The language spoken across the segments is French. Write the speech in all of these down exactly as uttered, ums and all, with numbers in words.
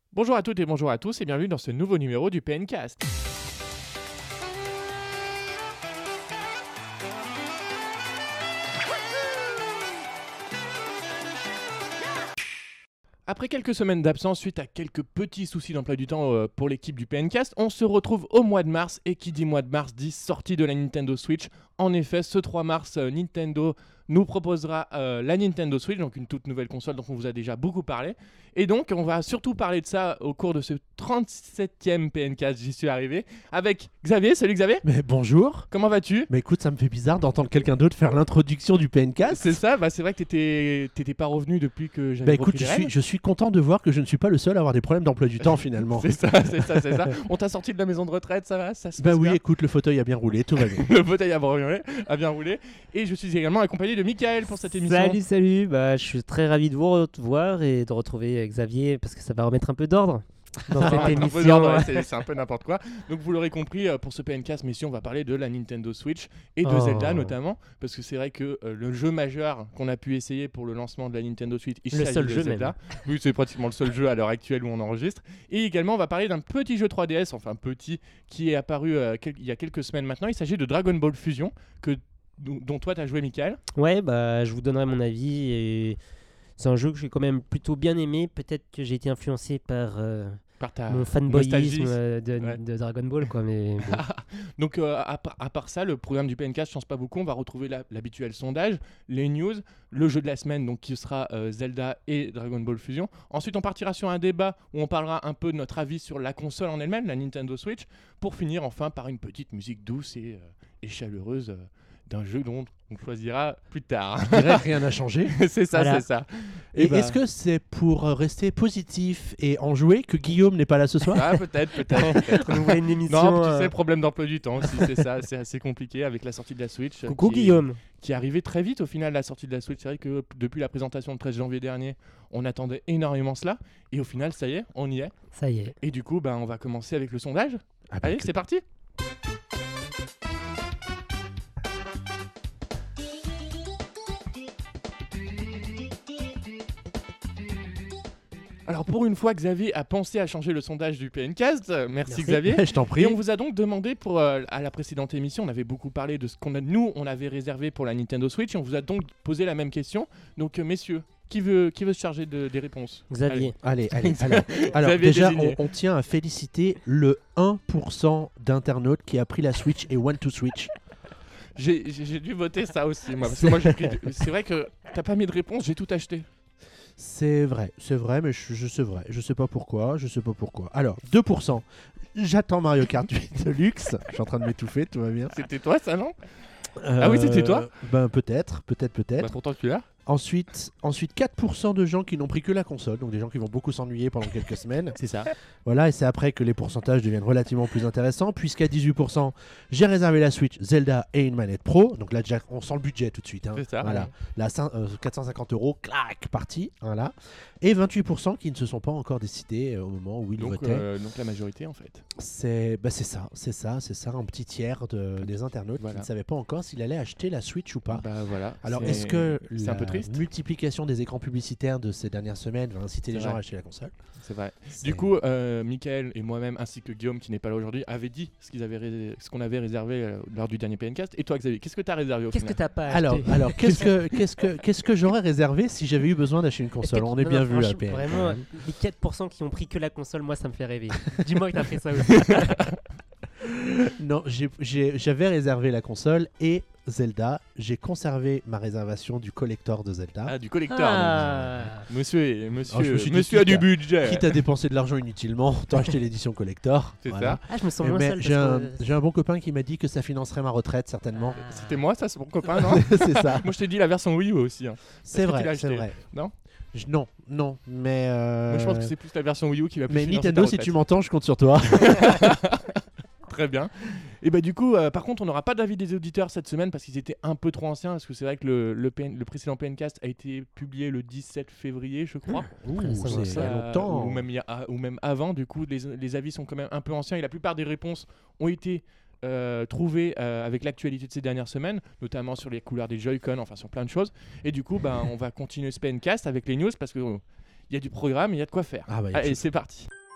Bonjour à toutes et bonjour à tous et bienvenue dans ce nouveau numéro du P N Cast. Après quelques semaines d'absence suite à quelques petits soucis d'emploi du temps euh, pour l'équipe du P N Cast, on se retrouve au mois de mars et qui dit mois de mars dit sortie de la Nintendo Switch. En effet, ce trois mars, euh, Nintendo nous proposera euh, la Nintendo Switch, donc une toute nouvelle console dont on vous a déjà beaucoup parlé. Et donc, on va surtout parler de ça au cours de ce trente-septième P N Cast, j'y suis arrivé, avec Xavier. Salut Xavier. Mais bonjour. Comment vas-tu ? Mais écoute, ça me fait bizarre d'entendre quelqu'un d'autre faire l'introduction du P N Cast. C'est ça, bah c'est vrai que t'étais, t'étais pas revenu depuis que j'avais Bah écoute, repris je les suis, rênes. je suis content de voir que je ne suis pas le seul à avoir des problèmes d'emploi du temps finalement. C'est ça, c'est ça, c'est ça. On t'a sorti de la maison de retraite, ça va, ça se Bah passe oui, bien. écoute, le fauteuil a bien roulé, tout va bien. Le fauteuil a bien roulé, a bien roulé. Et je suis également accompagné de Mickaël pour cette émission. Salut, salut, bah, je suis très ravi de vous revoir et de retrouver Xavier parce que ça va remettre un peu d'ordre dans Ah, cette un peu émission. d'ordre, ouais, c'est, c'est un peu n'importe quoi. Donc vous l'aurez compris, euh, pour ce P N Cast, mais ici on va parler de la Nintendo Switch et de Oh. Zelda notamment, parce que c'est vrai que euh, le jeu majeur qu'on a pu essayer pour le lancement de la Nintendo Switch, il Le s'agit seul de jeu Zelda. Oui, c'est pratiquement le seul jeu à l'heure actuelle où on enregistre. Et également on va parler d'un petit jeu trois D S, enfin petit, qui est apparu euh, quel- il y a quelques semaines maintenant. Il s'agit de Dragon Ball Fusion, que, dont toi tu as joué, Mickaël. Ouais, bah, je vous donnerai mon avis et c'est un jeu que j'ai quand même plutôt bien aimé. Peut-être que j'ai été influencé par euh, Par ta mon nostalgie. fanboyisme euh, de, Ouais. de Dragon Ball, quoi. Mais bon. Donc euh, à, par- à part ça, le programme du P N K ne change pas beaucoup. On va retrouver la- l'habituel sondage, les news, le jeu de la semaine, donc qui sera euh, Zelda et Dragon Ball Fusion. Ensuite, on partira sur un débat où on parlera un peu de notre avis sur la console en elle-même, la Nintendo Switch, pour finir enfin par une petite musique douce et, euh, et chaleureuse euh, d'un jeu dont on choisira plus tard. Je dirais que rien n'a changé. c'est ça, Voilà. c'est ça. Et bah- est-ce que c'est pour rester positif et enjoué que Guillaume n'est pas là ce soir? Ah, peut-être, peut-être, peut-être. On voit une émission. Non, tu euh, sais, problème d'emploi du temps aussi, c'est ça, c'est assez compliqué avec la sortie de la Switch. euh, Coucou qui est- Guillaume. qui est arrivé très vite au final, la sortie de la Switch. C'est vrai que depuis la présentation le treize janvier dernier, on attendait énormément cela. Et au final, ça y est, on y est. Ça y est. Et du coup, ben, on va commencer avec le sondage. Ah bah, Allez, que- c'est parti. Alors pour une fois, Xavier a pensé à changer le sondage du P N Cast. Euh, Merci, Merci. Xavier. je t'en prie. Et on vous a donc demandé pour euh, à la précédente émission, on avait beaucoup parlé de ce qu'on a nous on avait réservé pour la Nintendo Switch et on vous a donc posé la même question. Donc euh, messieurs, qui veut qui veut se charger de- des réponses? Xavier. Allez, allez, alors, alors Xavier déjà, désigné. on, on tient à féliciter le un pour cent d'internautes qui a pris la Switch et want to Switch. J'ai, j'ai, j'ai dû voter ça aussi moi parce que moi j'ai pris, c'est vrai que t'as pas mis de réponse, j'ai tout acheté. C'est vrai, c'est vrai, mais je, je sais vrai. Je sais pas pourquoi, je sais pas pourquoi. Alors, deux pour cent. J'attends Mario Kart huit Deluxe. Je suis en train de m'étouffer, tout va bien. C'était toi ça, non? Ah oui, c'était toi Euh, Ben peut-être, peut-être, peut-être. Bah pourtant tu l'as. Ensuite, ensuite, quatre pour cent de gens qui n'ont pris que la console, donc des gens qui vont beaucoup s'ennuyer pendant quelques semaines. C'est ça. Voilà, et c'est après que les pourcentages deviennent relativement plus intéressants, puisqu'à dix-huit pour cent, j'ai réservé la Switch, Zelda et une manette Pro. Donc là, déjà, on sent le budget tout de suite. hein. C'est ça. Voilà, là, cin- euh, quatre cent cinquante euros, clac, parti. Voilà. Et vingt-huit pour cent qui ne se sont pas encore décidés euh, au moment où ils Donc, votaient. euh, donc la majorité en fait. C'est bah, c'est ça, c'est ça, c'est ça, un petit tiers de, des internautes Voilà. qui ne savaient pas encore s'il allait acheter la Switch ou pas. Bah voilà. Alors, c'est- est-ce que c'est la un peu triste? multiplication des écrans publicitaires de ces dernières semaines va inciter C'est les gens vrai. à acheter la console? C'est vrai. C'est- Du coup, euh, Mickaël et moi-même, ainsi que Guillaume, qui n'est pas là aujourd'hui, avaient dit ce, qu'ils avaient ré- ce qu'on avait réservé euh, lors du dernier P N Cast. Et toi, Xavier, qu'est-ce que tu as réservé au Qu'est-ce que final? t'as pas alors, acheté alors qu'est-ce que qu'est-ce que qu'est-ce que j'aurais réservé si j'avais eu besoin d'acheter une console? On est Non, bien non, vu à franchement, P N. Vraiment, les quatre pour cent qui ont pris que la console, moi ça me fait rêver. Dis-moi que t'as fait ça aussi. Non, j'ai- j'ai- j'avais réservé la console et Zelda. J'ai conservé ma réservation du collector de Zelda. Ah, du collector. Ah. Monsieur, est- monsieur, Alors, je me suis dit, monsieur a quitte du à- budget. Quitte à dépenser de l'argent inutilement, autant acheter l'édition collector. C'est Voilà. Ah, je me sens Et moins mais seul. j'ai un, parce que- j'ai un bon copain qui m'a dit que ça financerait ma retraite certainement. Ah. C'était moi, ça, c'est mon copain, non? C'est ça. Moi, je t'ai dit la version Wii U aussi. hein. C'est que tu vrai, l'as c'est acheté, vrai. non Je- Non, non, mais. euh, Moi, je pense que c'est plus la version Wii U qui va plus Mais financer Nintendo, ta si retraite. tu m'entends, je compte sur toi. Très bien. Et bah du coup, euh, par contre, on n'aura pas d'avis des auditeurs cette semaine parce qu'ils étaient un peu trop anciens. Parce que c'est vrai que le, le, P N le précédent P N Cast a été publié le dix-sept février, je crois. Ouh, ça c'est va, il y ça. a longtemps. Ou même, il y a- ou même avant. Du coup, les, les avis sont quand même un peu anciens et la plupart des réponses ont été euh, trouvées euh, avec l'actualité de ces dernières semaines, notamment sur les couleurs des Joy-Con, enfin sur plein de choses. Et du coup, ben, on va continuer ce P N Cast avec les news parce que euh, il y a du programme, il y a de quoi faire. Ah bah, il y a Allez, tout. c'est parti.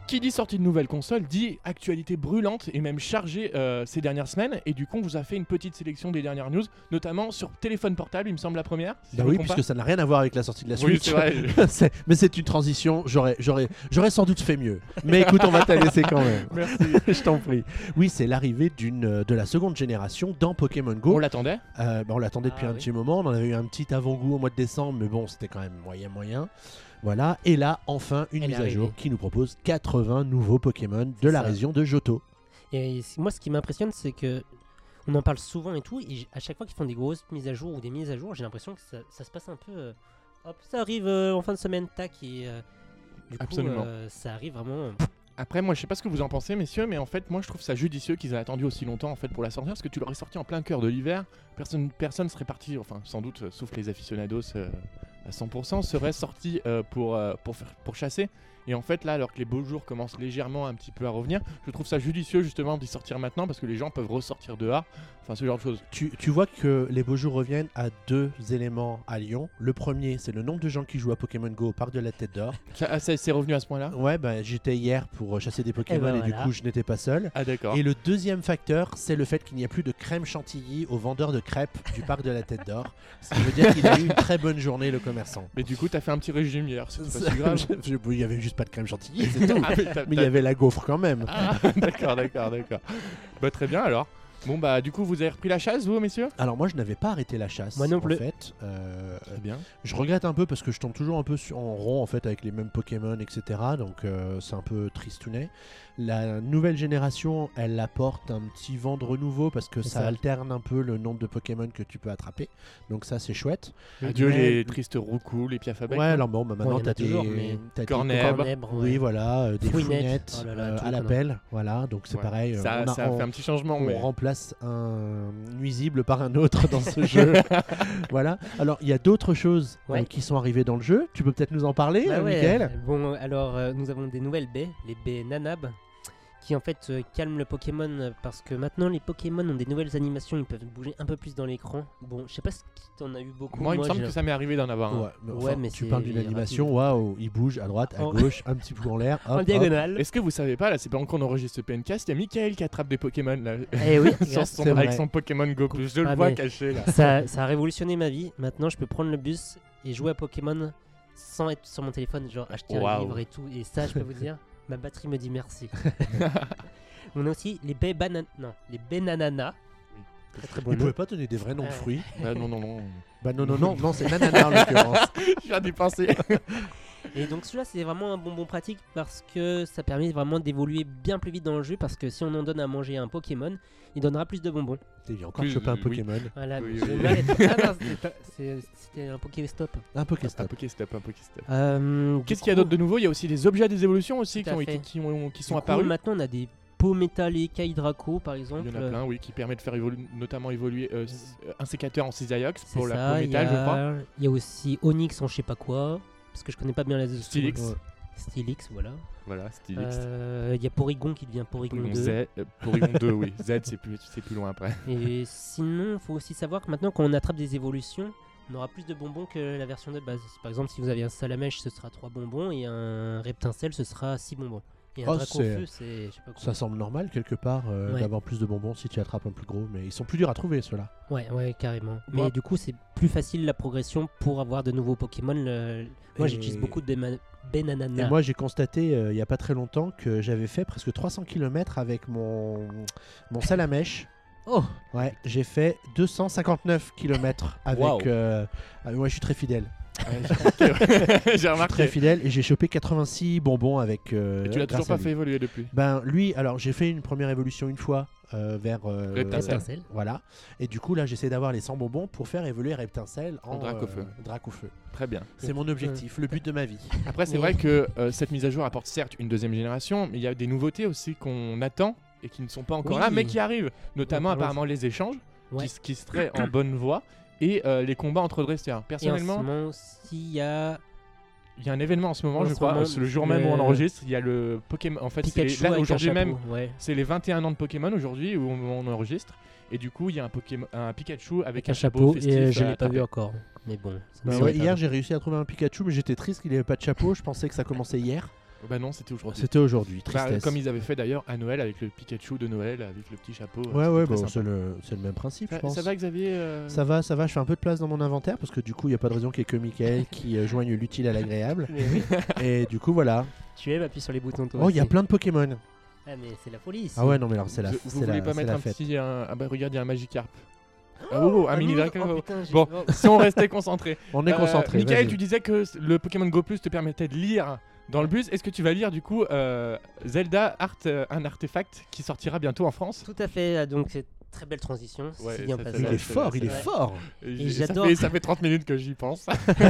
Qui dit sortie de nouvelle console dit actualité brûlante et même chargée euh, ces dernières semaines. Et du coup, on vous a fait une petite sélection des dernières news, notamment sur téléphone portable, il me semble la première. Si Bah je me oui, trompe puisque ça n'a rien à voir avec la sortie de la Oui, Switch. c'est vrai. C'est- mais c'est une transition, j'aurais, j'aurais, j'aurais sans doute fait mieux. Mais écoute, on va te la laisser quand même. Merci. Je t'en prie. Oui, c'est l'arrivée d'une, euh, de la seconde génération dans Pokémon Go. On l'attendait. Euh, bah, on l'attendait depuis Ah un oui. petit moment, on en avait eu un petit avant-goût au mois de décembre, mais bon, c'était quand même moyen moyen. Voilà, et là, enfin, une Elle est mise à jour arrivée. qui nous propose quatre-vingts nouveaux Pokémon de C'est la ça. région de Johto. Et c- moi, ce qui m'impressionne, c'est que on en parle souvent et tout, et j- à chaque fois qu'ils font des grosses mises à jour ou des mises à jour, j'ai l'impression que ça, ça se passe un peu. euh, hop, ça arrive euh, en fin de semaine, tac, et euh, du coup, Absolument. euh, ça arrive vraiment. euh, Après, moi, je sais pas ce que vous en pensez, messieurs, mais en fait, moi, je trouve ça judicieux qu'ils aient attendu aussi longtemps en fait pour la sortir, parce que tu l'aurais sorti en plein cœur de l'hiver. Personne, personne serait parti, enfin, sans doute, euh, sauf les aficionados euh, à cent pour cent, serait sorti euh, pour euh, pour faire, pour chasser. Et en fait, là, alors que les beaux jours commencent légèrement un petit peu à revenir, je trouve ça judicieux justement d'y sortir maintenant, parce que les gens peuvent ressortir dehors. Enfin, ce genre de choses. Tu, tu vois que les beaux jours reviennent à deux éléments à Lyon. Le premier, c'est le nombre de gens qui jouent à Pokémon Go au parc de la Tête d'Or. Ça, ah, ça, c'est revenu à ce point-là. Ouais, bah, j'étais hier pour chasser des Pokémon ben et du voilà. coup, je n'étais pas seul. Ah d'accord. Et le deuxième facteur, c'est le fait qu'il n'y a plus de crème chantilly au vendeur de crêpes du parc de la Tête d'Or. Ce qui veut dire qu'il a eu une très bonne journée, le commerçant. Mais du coup, t'as fait un petit régime hier, c'est pas si grave. Je- je- Il y avait juste pas de crème chantilly, c'est tout. Ah, mais t'as- Mais il y t'as- avait la gaufre quand même. Ah, d'accord, d'accord, d'accord. Bah très bien alors. Bon bah du coup vous avez repris la chasse vous messieurs? Alors moi, je n'avais pas arrêté la chasse. Moi non en plus. fait. Euh, Très bien. je regrette un peu parce que je tombe toujours un peu sur- en rond en fait avec les mêmes Pokémon, et cetera. Donc euh, c'est un peu tristounet. La nouvelle génération, elle apporte un petit vent de renouveau parce que C'est ça, ça. alterne un peu le nombre de Pokémon que tu peux attraper. Donc ça, c'est chouette. Adieu Mais- les tristes roucous, les piafabek. Ouais, alors bon, bah, Bon, maintenant il y en a t'as des, toujours, mais- t'as des Cornèbres. Cornèbres, Oui, ouais. voilà, euh, des Fouinettes. fouinettes Oh là là, euh, tout, à la là. pelle, voilà, donc c'est Ouais. pareil. euh, Ça, on a- ça a on- fait un petit changement on mais... remplace un nuisible par un autre dans ce jeu. Voilà. Alors, il y a d'autres choses euh, Ouais. qui sont arrivées dans le jeu. Tu peux peut-être nous en parler, Bah euh, ouais, Mickaël Bon, alors euh, nous avons des nouvelles baies, les baies Nanab, qui en fait euh, calment le Pokémon euh, parce que maintenant les Pokémon ont des nouvelles animations, ils peuvent bouger un peu plus dans l'écran. Bon, je sais pas si t'en as eu beaucoup. Moi il me semble j'ai- que ça m'est arrivé d'en avoir un. Ouais, mais, Ouais, enfin, mais tu c'est parles d'une animation, waouh, il bouge à droite, à En- gauche, un petit peu en l'air. hop, en hop. diagonale. Est-ce que vous savez pas, là c'est pendant qu'on enregistre ce P N cast, il y a Michael qui attrape des Pokémon là. Eh oui, Sur grâce- son- c'est avec vrai. son Pokémon Go Plus. Je le Ah, vois mais- caché là. ça, ça a révolutionné ma vie. Maintenant, je peux prendre le bus et jouer à Pokémon sans être sur mon téléphone, genre acheter un Waouh. livre et tout. Et ça, je peux vous dire, ma batterie me dit merci. On a aussi les baies banan... non, les baies nanana. Très très bon Il nom. pouvait pas donner des vrais noms de Ouais. fruits. Ah, non non non. Bah non, non, non, non, c'est Nanana en l'occurrence. Je viens d'y penser. Et donc celui-là c'est vraiment un bonbon pratique parce que ça permet vraiment d'évoluer bien plus vite dans le jeu parce que si on en donne à manger à un Pokémon, il donnera plus de bonbons. Il a encore Oui, chopé un oui. Pokémon. Voilà, Oui, mais oui, je oui. vais arrêter. Ah non, c'était pas- c'est- c'était un Pokéstop. Un Un Pokéstop. Pokéstop, un Pokéstop. Euh, Qu'est-ce du qu'il y a coup- d'autre de nouveau? Il y a aussi des objets des évolutions aussi Tout qui, à ont fait. été, qui, ont- qui sont Du coup, apparus. maintenant on a des pots métalliques Hydraco par exemple. Il y en a plein, oui, qui permettent de faire évolu- notamment évoluer euh, s- euh, un sécateur en Cisaiox C'est pour la ça, peau il y, métal, je crois. a... il y a aussi Onyx en je sais pas quoi, parce que je connais pas bien la Stylix. Ouais. Stylix, voilà. Voilà, Stylix. Euh, Il y a Porygon qui devient Porygon Porygon deux. Z, euh, Porygon deux, oui. Z, c'est plus, c'est plus loin après. Et sinon, il faut aussi savoir que maintenant, quand on attrape des évolutions, on aura plus de bonbons que la version de base. Par exemple, si vous avez un Salamèche, ce sera trois bonbons, et un Reptincelle, ce sera six bonbons. Et un Oh, Dracofeu, c'est. je sais pas quoi. Ça semble normal quelque part euh, Ouais. d'avoir plus de bonbons si tu attrapes un plus gros, mais ils sont plus durs à trouver ceux-là. Ouais, ouais, carrément. Mais Moi- du coup, c'est plus facile la progression pour avoir de nouveaux Pokémon. Le- Moi, Et- j'utilise beaucoup de Bema- Benanana. Et moi j'ai constaté euh, il n'y a pas très longtemps que j'avais fait presque trois cents kilomètres avec mon, mon Salamèche. Oh Ouais, j'ai fait deux cent cinquante-neuf kilomètres avec. Wow. euh, ah, ouais, je suis très fidèle. J'ai Très remarqué. fidèle et j'ai chopé quatre-vingt-six bonbons avec. euh, Et tu l'as toujours grâce à pas lui. fait évoluer depuis. Ben lui, alors j'ai fait une première évolution une fois euh, vers. euh, Reptincelle. Reptincelle. Voilà. Et du coup là j'essaie d'avoir les cent bonbons pour faire évoluer Reptincelle en, En Dracofeu. euh, Dracofeu. Très bien. C'est mon objectif, le but de ma vie. Après, c'est Mais- vrai que euh, cette mise à jour apporte certes une deuxième génération, mais il y a des nouveautés aussi qu'on attend et qui ne sont pas encore Oui. là, mais qui arrivent. Notamment, Ouais, parlons- apparemment, les échanges Ouais. qui, s- qui seraient en bonne voie et euh, les combats entre dresseurs. Et en ce Personnellement, moment aussi, il y a il y a un événement en ce moment, En je ce crois, moment, c'est le jour le- même où on enregistre. Il y a le Pokémon. En fait, c'est Pikachu là avec un aujourd'hui même. chapeau, ouais. C'est les vingt et un ans de Pokémon aujourd'hui où on, on enregistre. Et du coup, il y a un, Pokémon, un Pikachu avec, Avec un un chapeau, chapeau, festif et euh, je à l'ai pas vu attraper. encore. Mais bon, ça me Bah semble ouais, pas hier mal. j'ai réussi à trouver un Pikachu mais j'étais triste qu'il avait pas de chapeau, je pensais que ça commençait hier. Bah non, c'était aujourd'hui. C'était aujourd'hui, Bah, tristesse. comme ils avaient fait d'ailleurs à Noël avec le Pikachu de Noël, avec le petit chapeau. Ouais, c'était ouais, très bon, sympa. c'est le, c'est le même principe, je Ça, pense. ça va Xavier euh, Ça va, ça va, je fais un peu de place dans mon inventaire parce que du coup, il n'y a pas de raison qu'il n'y ait que Michael qui euh, joigne l'utile à l'agréable. Mais oui, Et du coup, voilà. tu aimes, appuie sur les boutons toi Oh, il y a aussi. plein de Pokémon. Ah mais c'est la folie ici. Ah ouais, non, mais alors c'est la, Vous, c'est vous voulez la, pas c'est mettre la un fête. petit. Un... Ah bah regarde, il y a un Magikarp. Ah, oh, oh, un Un mini mini- Draco. oh, putain, j'ai- Bon, oh. si on restait concentré. On est Euh, concentré. Michael, vas-y. tu disais que le Pokémon Go Plus te permettait de lire dans le bus. Est-ce que tu vas lire du coup euh, Zelda Art, euh, un artefact qui sortira bientôt en France? Tout à fait, ah, donc c'est très belle transition. Ouais, c'est bien ça, passé. Il ça, est c'est- fort, c'est il est vrai. fort. J'ai- j'adore. Ça fait, ça fait trente minutes que j'y pense.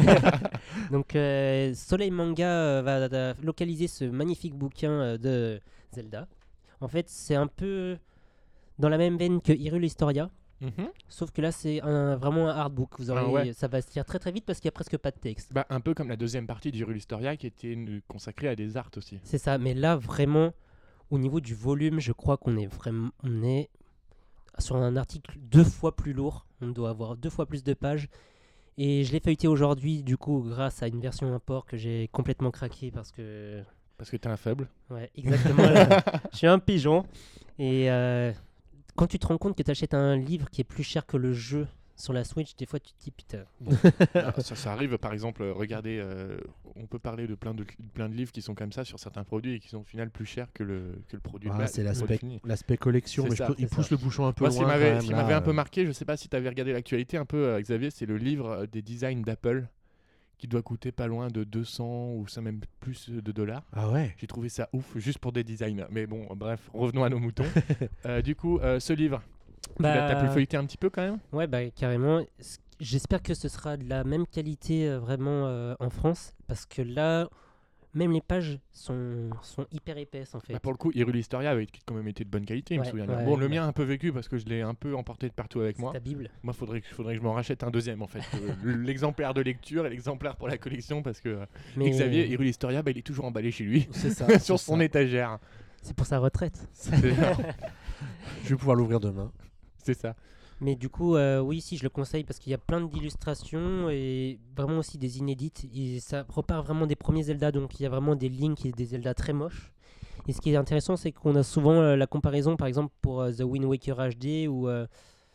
Donc euh, Soleil Manga euh, va, va localiser ce magnifique bouquin euh, de Zelda. En fait, c'est un peu dans la même veine que Hyrule Historia, Mhm. sauf que là c'est un, vraiment un artbook. Vous aurez, Ah ouais. Ça va se lire très très vite parce qu'il n'y a presque pas de texte. Bah, un peu comme la deuxième partie d'Hyrule Historia qui était une- consacrée à des arts aussi. C'est ça, mais là vraiment, au niveau du volume, je crois qu'on est vraiment on est sur un article deux fois plus lourd. On doit avoir deux fois plus de pages. Et je l'ai feuilleté aujourd'hui, du coup, grâce à une version import que j'ai complètement craqué parce que. Parce que t'es un faible. Ouais, exactement. Je suis un pigeon. Et euh, quand tu te rends compte que tu achètes un livre qui est plus cher que le jeu sur la Switch, des fois tu te dis putain. Bon, Ah, ça, ça arrive, par exemple, euh, regardez, euh, on peut parler de plein, de plein de livres qui sont comme ça sur certains produits et qui sont au final plus chers que le, que le produit. de Ah, base, c'est le l'aspect, produit fini. l'aspect collection, C'est mais je ça, peux- il c'est pousse ça. le bouchon un peu Moi, ce qui loin. m'avait quand ce qui même, m'avait là, un peu euh. marqué, je sais pas si tu avais regardé l'actualité un peu, euh, Xavier, c'est le livre euh, des designs d'Apple qui doit coûter pas loin de deux cents ou ça même plus de dollars. Ah ouais. J'ai trouvé ça ouf juste pour des designs. Mais bon, bref, revenons à nos moutons. Euh, du coup, euh, ce livre, tu l'as- t'as pu le feuilleter un petit peu quand même? Ouais, bah carrément. Ce- J'espère que ce sera de la même qualité euh, vraiment euh, en France parce que là, même les pages sont, sont hyper épaisses en fait. Bah, pour le coup, Hyrule Historia avait quand même été de bonne qualité, je me Ouais, souviens. ouais, bon, le ouais. mien a un peu vécu parce que je l'ai un peu emporté de partout avec C'est moi. ta Bible. Moi, faudrait que, faudrait que je m'en rachète un deuxième en fait. Euh, l'exemplaire de lecture et l'exemplaire pour la collection parce que euh, Mais Xavier, Hyrule Historia, bah, il est toujours emballé chez lui C'est ça. sur c'est son ça. étagère. c'est pour sa retraite. C'est Je vais pouvoir l'ouvrir demain. c'est ça. Mais du coup, euh, oui, si je le conseille parce qu'il y a plein d'illustrations et vraiment aussi des inédites. Et ça repart vraiment des premiers Zelda, donc il y a vraiment des Link et des Zelda très moches. Et ce qui est intéressant, c'est qu'on a souvent euh, la comparaison, par exemple, pour euh, The Wind Waker H D ou euh,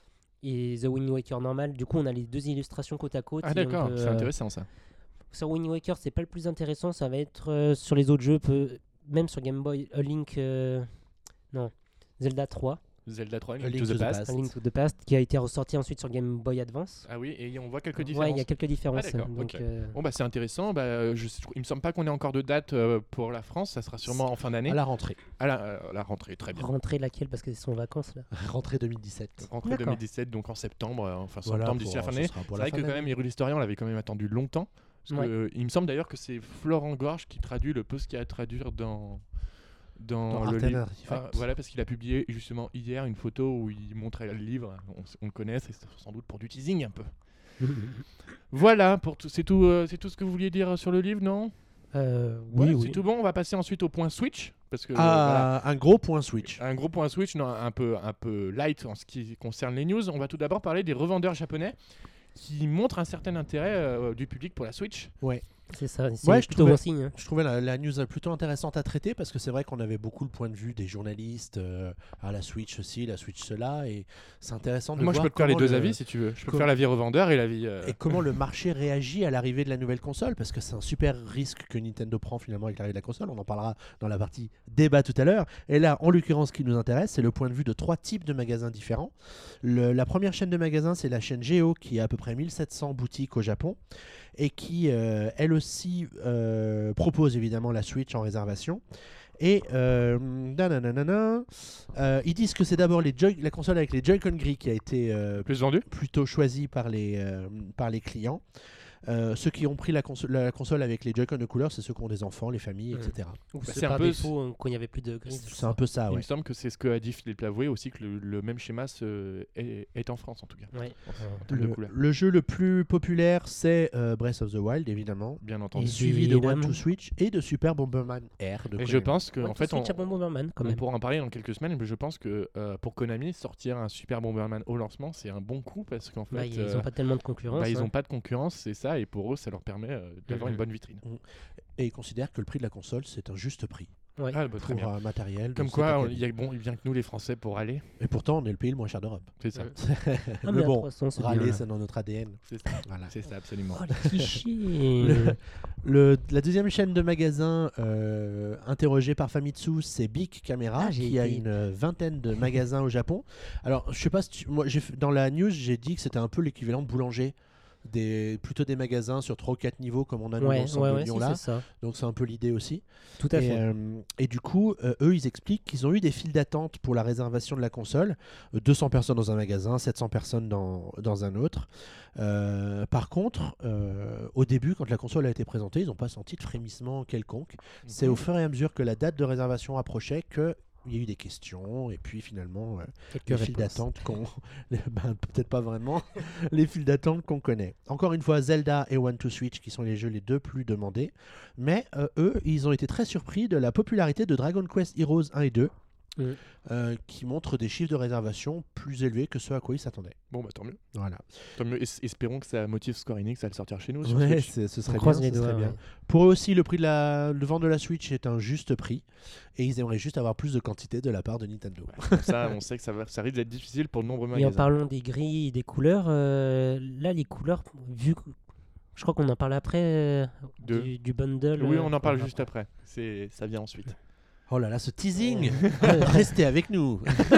et The Wind Waker normal. Du coup, on a les deux illustrations côte à côte. Ah et on d'accord, peut, c'est euh, intéressant ça. Sur Wind Waker, c'est pas le plus intéressant, ça va être euh, sur les autres jeux, peu- même sur Game Boy, A Link, euh, non, Zelda trois, Zelda trois, A Link, Link to the to the Past. Past. A Link to the Past, qui a été ressorti ensuite sur Game Boy Advance. Ah oui, et on voit quelques Ouais, différences. il y a quelques différences. Ah, d'accord, donc, ok. euh, Bon bah c'est intéressant, bah, euh, je, il me semble pas qu'on ait encore de date euh, pour la France, ça sera sûrement en fin d'année. À la rentrée. À la, euh, la rentrée, très bien. Rentrer laquelle parce que ce sont en vacances là. Rentrée deux mille dix-sept. Rentrée D'accord. deux mille dix-sept, donc en septembre, euh, enfin Voilà, septembre d'ici pour- la fin ce d'année. sera pour C'est la vrai fin que de quand même l'année. Hyrule Historia, on l'avait quand même attendu longtemps. Parce Ouais. que, euh, il me semble d'ailleurs que c'est Florent Gorge qui traduit le peu ce qu'il y a à traduire dans, dans, Dans le Art and livre. Artifact. Ah, voilà, parce qu'il a publié justement hier une photo où il montrait le livre. On, s- on le connaît, c'est sans doute pour du teasing un peu. Voilà, pour tout, c'est tout, euh, c'est tout ce que vous vouliez dire sur le livre, non? Euh, Ouais, oui, c'est oui. tout bon. On va passer ensuite au point Switch parce que euh, Ah, un gros point Switch. voilà, un gros point Switch, non, un peu, un peu light en ce qui concerne les news. On va tout d'abord parler des revendeurs japonais qui montrent un certain intérêt euh, du public pour la Switch. C'est ça, c'est Ouais, je plutôt trouvais- bon signe. hein. Je trouvais la, la news plutôt intéressante à traiter parce que c'est vrai qu'on avait beaucoup le point de vue des journalistes euh, à la Switch aussi, la Switch cela, et c'est intéressant de Moi, je voir peux te faire les comment deux le- avis si tu veux. Je peux te com- faire l'avis revendeur et l'avis. euh, et comment le marché réagit à l'arrivée de la nouvelle console, parce que c'est un super risque que Nintendo prend finalement avec l'arrivée de la console. On en parlera dans la partie débat tout à l'heure. Et là, en l'occurrence, ce qui nous intéresse, c'est le point de vue de trois types de magasins différents. Le- la première chaîne de magasins, c'est la chaîne Geo, qui a à peu près mille sept cents boutiques au Japon et qui, euh, elle aussi, euh, propose évidemment la Switch en réservation. Et euh, nananana, euh, ils disent que c'est d'abord les Joy- la console avec les Joy-Con gris qui a été euh, Plus vendu. plutôt choisi par les, euh, par les clients. Euh, ceux qui ont pris la, conso- la console avec les Joy-Con de couleur, c'est ceux qui ont des enfants, les familles, Mhm. et cetera. Ou Bah, c'est c'est un par peu défaut euh, quand il n'y avait plus de gris. C'est un peu ça, Il ouais. me semble que c'est ce que a dit Philippe Lavoué aussi, que le, le même schéma se- est, est en France en tout cas. Ouais. En termes de Le, couleurs. le jeu le plus populaire, c'est euh, Breath of the Wild, évidemment. Bien entendu. Et Suivi de One évidemment. to Switch et de Super Bomberman R. De Et je Konami. pense que Ouais, en tout fait, Switch on, à Bomberman quand on même. pourra en parler dans quelques semaines, mais je pense que euh, pour Konami, sortir un Super Bomberman au lancement, c'est un bon coup parce qu'en fait, Bah, ils euh, n'ont pas tellement de concurrence. bah, ils hein. n'ont pas de concurrence, c'est ça. ça, et pour eux, ça leur permet euh, d'avoir Mhm. une bonne vitrine. Et ils considèrent que le prix de la console, c'est un juste prix Ouais. Ah, bah, très pour bien. un matériel. de Comme cette quoi, acabit. il y a bon, vient que nous, les Français, pour aller. Et pourtant, on est le pays le moins cher d'Europe. C'est ça. Ouais. Ah, Mais mais à bon, trois cents, c'est bien, râler, là. c'est dans notre A D N. C'est ça. Voilà. C'est ça, absolument. Oh, les clichés. Le- Le- la deuxième chaîne de magasins euh, interrogée par Famitsu, c'est Bic Camera, Ah, j'ai qui a été- une euh, vingtaine de magasins au Japon. Alors, je sais pas si tu- moi, j'ai fait- dans la news, j'ai dit que c'était un peu l'équivalent de boulanger. Des, plutôt des magasins sur trois ou quatre niveaux comme on a nous Ouais, dans le centre ouais, de ouais, Lyon si, là. c'est ça. Donc c'est un peu l'idée aussi. Tout à Et, fait. euh, et du coup, euh, eux, ils expliquent qu'ils ont eu des files d'attente pour la réservation de la console. Euh, deux cents personnes dans un magasin, sept cents personnes dans, dans un autre. Euh, par contre, euh, au début, quand la console a été présentée, ils n'ont pas senti de frémissement quelconque. C'est Mhm. au fur et à mesure que la date de réservation approchait que il y a eu des questions et puis finalement euh, Quelques les files réponses. d'attente qu'on ben, peut-être pas vraiment les files d'attente qu'on connaît. Encore une fois, Zelda et One to Switch qui sont les jeux les deux plus demandés, mais euh, eux, ils ont été très surpris de la popularité de Dragon Quest Heroes un et deux. Mm. euh, qui montrent des chiffres de réservation plus élevés que ceux à quoi ils s'attendaient. Bon, bah tant mieux. Voilà. Tant mieux. Es- espérons que ça motive Square Enix à le sortir chez nous. sur Ouais, Switch. c'est- ce On serait bien. croise les ce serait doigts. bien. ouais. Pour eux aussi, le prix de la, le vent de la Switch est un juste prix et ils aimeraient juste avoir plus de quantité de la part de Nintendo. Comme ça, on sait que ça, va, ça risque d'être difficile pour de nombreux Et en magasins. parlant des grilles et des couleurs, euh, là, les couleurs, vu que. Je crois qu'on en parle après euh, De- du, du bundle. Oui, euh, on en parle va- juste après. C'est, ça vient ensuite. Oh là là, ce teasing Restez avec nous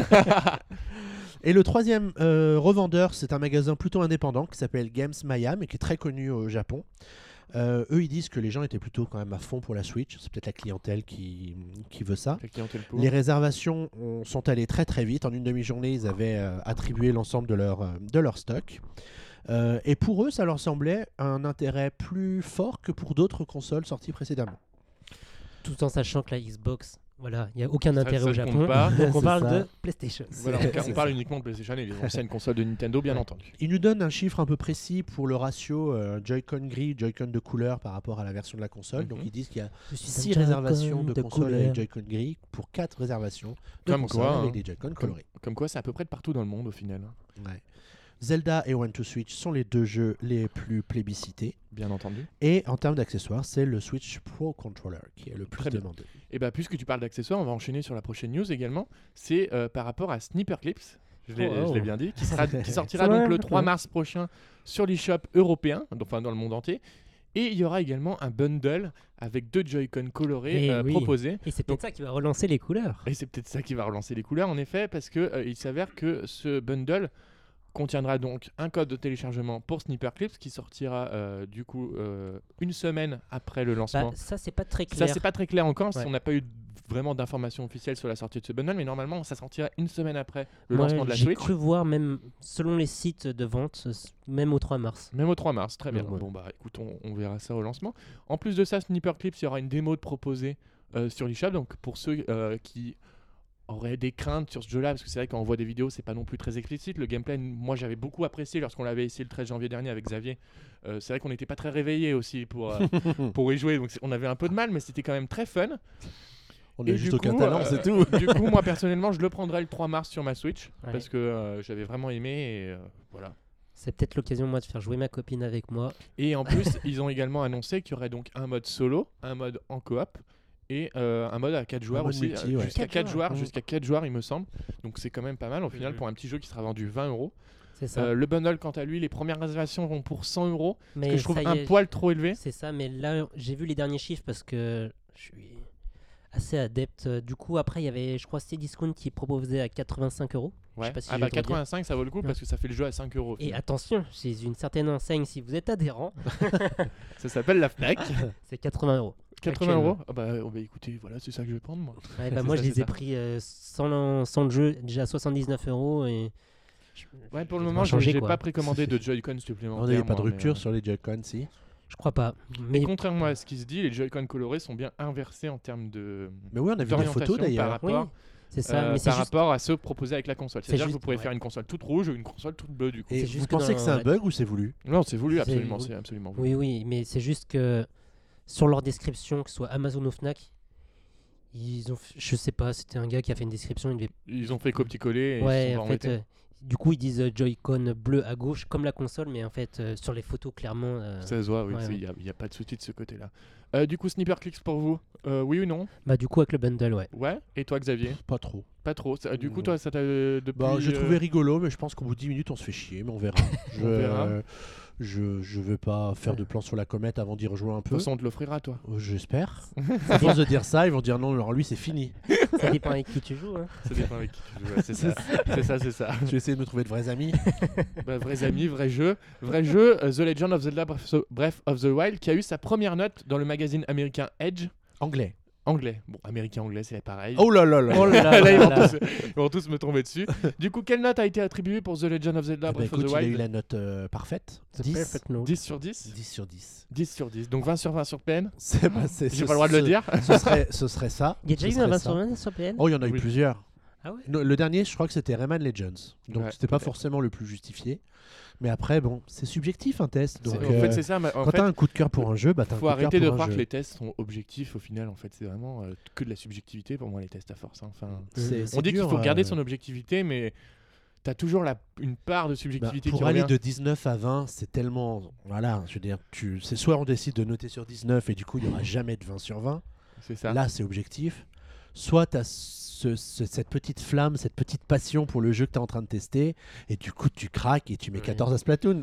Et le troisième euh, revendeur, c'est un magasin plutôt indépendant qui s'appelle Games Maya, mais qui est très connu au Japon. Euh, eux, ils disent que les gens étaient plutôt quand même à fond pour la Switch. C'est peut-être la clientèle qui, qui veut ça. La clientèle pour. Les réservations ont- sont allées très très vite. En une demi-journée, ils avaient euh, attribué l'ensemble de leur, euh, de leur stock. Euh, et pour eux, ça leur semblait un intérêt plus fort que pour d'autres consoles sorties précédemment. Tout en sachant que la Xbox, voilà, il n'y a aucun Ça- intérêt ça au se compte Japon. pas. Donc on C'est parle ça. de PlayStation. Voilà, C'est- on, c'est on parle ça. uniquement de PlayStation et des anciennes consoles de Nintendo, bien Ouais. entendu. Il nous donne un chiffre un peu précis pour le ratio euh, Joy-Con gris, Joy-Con de couleur par rapport à la version de la console. Mhm. Donc ils disent qu'il y a Je suis six un Joy-Con réservations de, consoles couleur. avec Joy-Con gris pour quatre réservations de Comme consoles quoi, avec hein. des Joy-Con Comme, colorés. comme quoi, c'est à peu près de partout dans le monde au final. Ouais. Zelda et One to Switch sont les deux jeux les plus plébiscités. Bien entendu. Et en termes d'accessoires, c'est le Switch Pro Controller qui est le plus Très bien. demandé. Et bah, puisque tu parles d'accessoires, on va enchaîner sur la prochaine news également. C'est euh, par rapport à Sniper Clips, je l'ai, Oh. je l'ai bien dit, qui, sera, qui sortira C'est donc vrai, le ok. trois mars prochain sur l'eShop européen, donc, enfin dans le monde entier. Et il y aura également un bundle avec deux Joy-Con colorés Eh euh, oui. proposés. Et c'est Donc- peut-être ça qui va relancer les couleurs. Et c'est peut-être ça qui va relancer les couleurs, en effet, parce que euh, il s'avère que ce bundle contiendra donc un code de téléchargement pour Sniper Clips qui sortira euh, du coup euh, une semaine après le Bah, lancement. ça, c'est pas très Ça, clair. c'est pas très clair encore, Ouais. on n'a pas eu vraiment d'informations officielles sur la sortie de ce bundle, mais normalement, ça sortira une semaine après le Moi, lancement de la j'ai Switch. cru voir, même selon les sites de vente, s- même au trois mars. Même au trois mars, très bien. Donc, ouais. Bon, bah écoute, on, on verra ça au lancement. En plus de ça, Sniper Clips, il y aura une démo de proposée euh, sur l'eShop, donc pour ceux euh, qui auraient des craintes sur ce jeu-là, parce que c'est vrai quand on voit des vidéos, c'est pas non plus très explicite. Le gameplay, moi j'avais beaucoup apprécié lorsqu'on l'avait essayé le treize janvier dernier avec Xavier. Euh, c'est vrai qu'on n'était pas très réveillés aussi pour, euh, pour y jouer, donc c'est- on avait un peu de mal, mais c'était quand même très fun. On Et a du juste aucun coup, talent, euh, c'est tout. Du coup, moi personnellement, je le prendrai le trois mars sur ma Switch, Ouais. parce que euh, j'avais vraiment aimé, et euh, voilà. C'est peut-être l'occasion, moi, de faire jouer ma copine avec moi. Et en plus, ils ont également annoncé qu'il y aurait donc un mode solo, un mode en coop et euh, un mode à quatre joueurs mode aussi, multi, euh, ouais. jusqu'à Quatre quatre joueurs. joueurs, Mmh. jusqu'à quatre joueurs il me semble. Donc c'est quand même pas mal au final Mhm. pour un petit jeu qui sera vendu vingt euros. C'est ça. Euh, le bundle quant à lui, les premières réservations vont pour cent euros, mais que je trouve ça y un est, poil trop élevé. C'est ça, mais là, j'ai vu les derniers chiffres parce que je suis assez adepte. Du coup, après, il y avait, je crois, Cdiscount qui proposait à quatre-vingt-cinq euros. Ouais. pas si ah j'ai bah le droit de dire. quatre-vingt-cinq ça vaut le coup parce que ça fait le jeu à cinq euros. Et attention, chez une certaine enseigne, si vous êtes adhérent, Ça s'appelle la Fnac. c'est quatre-vingts euros. quatre-vingts euros. Ah bah, oh bah écoutez, voilà, c'est ça que je vais prendre moi. Ouais, bah C'est moi, ça, je les c'est ai ça. pris euh, sans, sans le jeu, déjà à soixante-dix-neuf euros. Et je- Ouais, pour le ils ont moment, je changé, j'ai quoi. pas précommandé de Joy-Con supplémentaires. On n'avait pas de moi, mais, rupture euh, sur les Joy-Con, si. Je crois pas. Mais Mais contrairement à ce qui se dit, les Joy-Con colorés sont bien inversés en termes de Mais oui, on a vu des d'orientation photos d'ailleurs. par oui, rapport c'est ça. Euh, mais c'est par juste. rapport à ceux proposés avec la console. C'est C'est-à-dire que juste- vous pourrez ouais. faire une console toute rouge ou une console toute bleue du coup. Et C'est vous juste que pensez dans- que c'est un ouais. bug ou c'est voulu? Non, c'est voulu, C'est- absolument, oui. c'est absolument voulu. Oui, oui, mais c'est juste que sur leur description, que ce soit Amazon ou Fnac, ils ont, f- je sais pas, c'était un gars qui a fait une description, il devait Ils ont fait copier-coller et ouais, ils sont en pas fait, embêtés. euh, du coup, ils disent euh, Joy-Con bleu à gauche, comme la console, mais en fait, euh, sur les photos, clairement. euh, Ça se voit, oui, ouais, il ouais. n'y a, a pas de souci de ce côté-là. Euh, du coup, Sniper Clicks pour vous, euh, oui ou non? Bah, du coup, avec le bundle, ouais. Ouais. Et toi, Xavier? Pas trop. Pas trop. Ça- du coup, Non. toi, ça t'a euh, depuis. Bah, j'ai euh, trouvé rigolo, mais je pense qu'au bout de dix minutes, on se fait chier, mais on verra. je, On verra. euh, je, je veux pas faire de plan sur la comète avant d'y rejouer un De peu. toute façon, on te l'offrira, toi. Euh, J'espère. À force de dire ça, ils vont dire non, alors lui, c'est fini. Ça dépend avec qui tu joues. Hein. Ça dépend avec qui tu joues. Ouais, c'est ça. C'est ça, c'est ça. Je vais essayer de me trouver de vrais amis. Bah, vrais amis, vrai jeu. Vrai jeu, euh, The Legend of Zelda Breath of- Breath of the Wild, qui a eu sa première note dans le magazine américain Edge. Anglais. Anglais. Bon, américain-anglais, c'est pareil. Oh là là là. Oh là Là, là ils, vont là. tous, ils vont tous me tomber dessus. Du coup, quelle note a été attribuée pour The Legend of Zelda Eh ben, Breath écoute, of il the a eu Wild? la note euh, parfaite. The dix. Perfect Note. dix sur dix? dix sur dix. dix sur dix. Donc vingt sur vingt sur P N. C'est bah, c'est- J'ai ce- pas le droit de le ce- dire. Ce serait, ce serait ça. Il y a déjà Ce eu un serait vingt ça. sur vingt sur P N. Oh, il y en a eu Oui. plusieurs. Ah ouais. No- Le dernier, je crois que c'était Rayman Legends. Donc Ouais, c'était pas peut-être. forcément le plus justifié. Mais après, bon, c'est subjectif un test. C'est- Donc, en euh, fait, c'est ça. mais En quand fait, t'as un coup de cœur pour un jeu, bah t'as un faut coup de cœur arrêter de pour un croire que jeu. les tests sont objectifs au final. En fait, c'est vraiment euh, que de la subjectivité pour moi, les tests à force. hein. Enfin, C'est- c'est on dit qu'il dur, faut garder euh, son objectivité, mais t'as toujours la, une part de bah, subjectivité pour qui aller revient. de dix-neuf à vingt, c'est tellement. Voilà, je veux dire, tu... c'est soit on décide de noter sur dix-neuf et du coup il n'y aura jamais de vingt sur vingt. C'est ça. Là, c'est objectif. Soit tu as ce, ce- cette petite flamme, cette petite passion pour le jeu que tu es en train de tester, et du coup, tu craques et tu mets Oui. quatorze à Splatoon.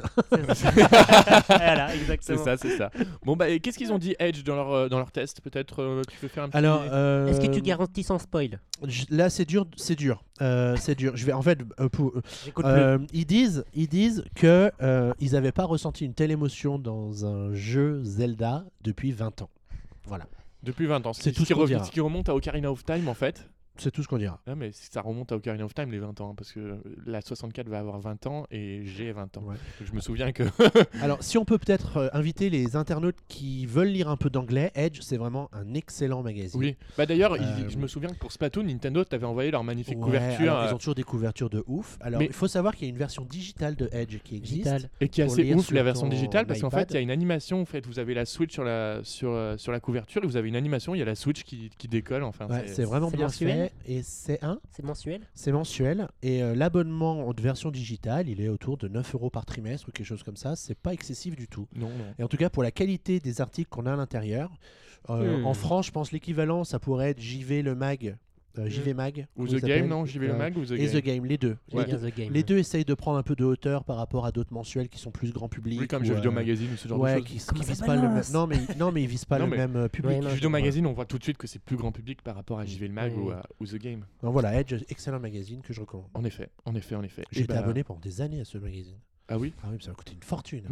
Voilà, C'est exactement. ça, c'est ça. Bon bah, et qu'est-ce qu'ils ont dit Edge dans leur euh, dans leur test? Peut-être euh, tu peux faire un petit. Alors, euh, Est-ce que tu garantis sans spoil? j- là, c'est dur, c'est dur, euh, c'est dur. Je vais, en fait, euh, pour- J'écoute euh, ils disent, ils disent que euh, ils n'avaient pas ressenti une telle émotion dans un jeu Zelda depuis vingt ans. Voilà, Depuis vingt ans. C'est Ce tout qui ce qu'on re- dira. ce qui remonte à Ocarina of Time en fait. c'est tout ce qu'on dira. Ah, mais ça remonte à Ocarina of Time les vingt ans, hein, parce que la soixante-quatre va avoir vingt ans et j'ai vingt ans. Ouais. Je me souviens que. Alors, si on peut peut-être euh, inviter les internautes qui veulent lire un peu d'anglais, Edge, c'est vraiment un excellent magazine. Oui. Bah d'ailleurs, ils- Euh, je me souviens que pour Splatoon, Nintendo t'avait envoyé leur magnifique Ouais, couverture alors, euh, ils ont toujours des couvertures de ouf. Alors, Mais- il faut savoir qu'il y a une version digitale de Edge qui existe. Digital. et qui est pour assez lire ouf sur la version ton digitale parce qu'en fait iPad. il y a une animation en fait vous avez la Switch sur la sur euh, sur la couverture et vous avez une animation il y a la Switch qui, qui décolle enfin Ouais, c'est- c'est vraiment c'est bien mensuel fait. Et c'est un, C'est mensuel? c'est mensuel. Et euh, l'abonnement en version digitale, il est autour de neuf euros par trimestre ou quelque chose comme ça. C'est pas excessif du tout. non non Et en tout cas, pour la qualité des articles qu'on a à l'intérieur, euh, Hmm. en France, je pense l'équivalent, ça pourrait être J V le mag, euh, J V Mag, ou comment The il Game s'appelle non J'y vais le Euh, mag ou The et Game The Game, les deux. Ouais. Les deux. The Game. Les deux essayent de prendre un peu de hauteur par rapport à d'autres mensuels qui sont plus grand public. oui comme ou, Jeux Vidéo euh, Magazine ou ce genre ouais, de qui, choses qui Comment ça visent pas le même. balance Non mais non mais ils visent pas Non, le mais- même euh, public. Ouais, non, Jeux Vidéo je- Magazine on voit tout de suite que c'est plus grand public par rapport à J V le mag Oui. ou, à- ou The Game Donc voilà, Edge, excellent magazine que je recommande. en effet en effet en effet J'ai Et été bah- abonné pendant des années à ce magazine. ah oui Ah oui, mais ça m'a coûté une fortune.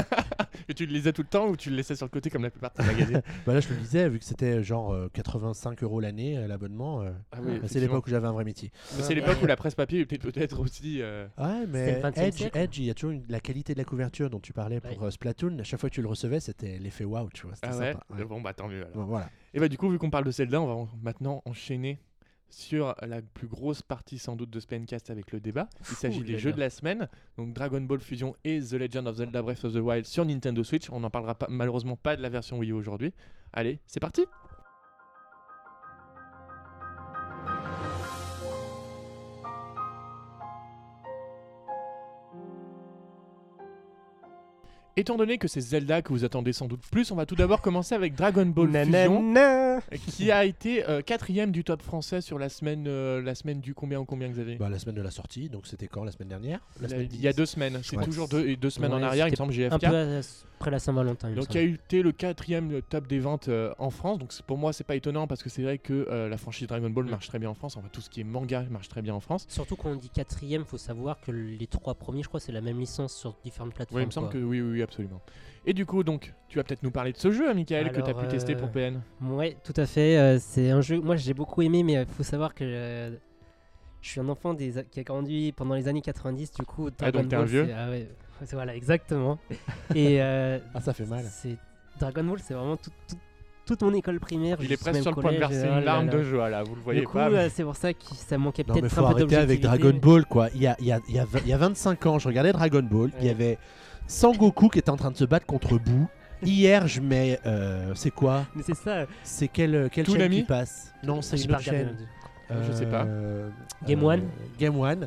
et tu le lisais tout le temps ou tu le laissais sur le côté comme la plupart de tes magazines Bah là, je le disais, vu que c'était genre euh, quatre-vingt-cinq euros l'année euh, l'abonnement. euh, ah oui bah, c'est effectivement. l'époque où j'avais un vrai métier. Mais c'est l'époque où la presse papier était peut-être aussi euh, Ouais, le mais vingtième Edge, siècle. Edge, il y a toujours une- la qualité de la couverture dont tu parlais pour Ouais. euh, Splatoon. À chaque fois que tu le recevais, c'était l'effet waouh, tu vois. C'était ah ouais, sympa. Ouais. bon bah tant mieux alors. Bon, voilà. Et bah du coup, vu qu'on parle de Zelda, on va en- maintenant enchaîner sur la plus grosse partie sans doute de Spaincast avec le débat. Il s'agit Ouh des là jeux là. de la semaine, donc Dragon Ball Fusion et The Legend of Zelda Breath of the Wild sur Nintendo Switch. On n'en parlera pas, malheureusement pas de la version Wii U aujourd'hui. Allez, c'est parti. Étant donné que c'est Zelda que vous attendez sans doute plus, on va tout d'abord commencer avec Dragon Ball Fusion, Nanana. qui a été euh, quatrième du top français sur la semaine, euh, la semaine du combien au combien, Xavier? Bah, la semaine de la sortie, donc c'était quand la semaine dernière la La- semaine Il y a dix. deux semaines, c'est Ouais. toujours deux, et deux semaines en Ouais, arrière, il me c'était semble, Un G F K. peu à- après la Saint-Valentin. il me Donc il semble. y a eu été le quatrième top des ventes euh, en France. Donc c'est- pour moi c'est pas étonnant parce que c'est vrai que euh, la franchise Dragon Ball Mm. marche très bien en France. Enfin tout ce qui est manga marche très bien en France. Surtout quand on dit quatrième, faut savoir que les trois premiers, je crois, c'est la même licence sur différentes plateformes. Oui, il me semble quoi. que oui, oui, oui, absolument. Et du coup donc tu vas peut-être nous parler de ce jeu, hein, Michael, que tu as Alors, pu tester euh, pour P N. Ouais, tout à fait. euh, c'est un jeu. Moi, j'ai beaucoup aimé, mais il faut savoir que euh, je suis un enfant des a- qui a grandi pendant les années quatre-vingt-dix. Du coup, Ah, donc Dragon t'es un Ball, vieux. c'est- ah ouais, c'est- voilà, exactement. Et euh, Ah, ça fait mal. c'est Dragon Ball, c'est vraiment tout- tout- toute mon école primaire. Il est jusqu'au presque même sur le point de collège, verser oh une là larme là. de joie là, vous le voyez Du coup, pas. mais- euh, c'est pour ça que ça manquait Non, mais peut-être faut un peu arrêter avec d'objectivité. Dragon Ball, quoi. Il y a, il y a- il y a vingt- il y a vingt-cinq ans, je regardais Dragon Ball. Il y Ouais. avait Sangoku qui était en train de se battre contre Boo. Hier, je mets. euh, c'est quoi Mais c'est ça. C'est quelle, quelle chaîne Toonami qui passe Non, c'est J'ai une pas autre regardé chaîne. le- Je sais pas. Euh, Game euh, One Game One.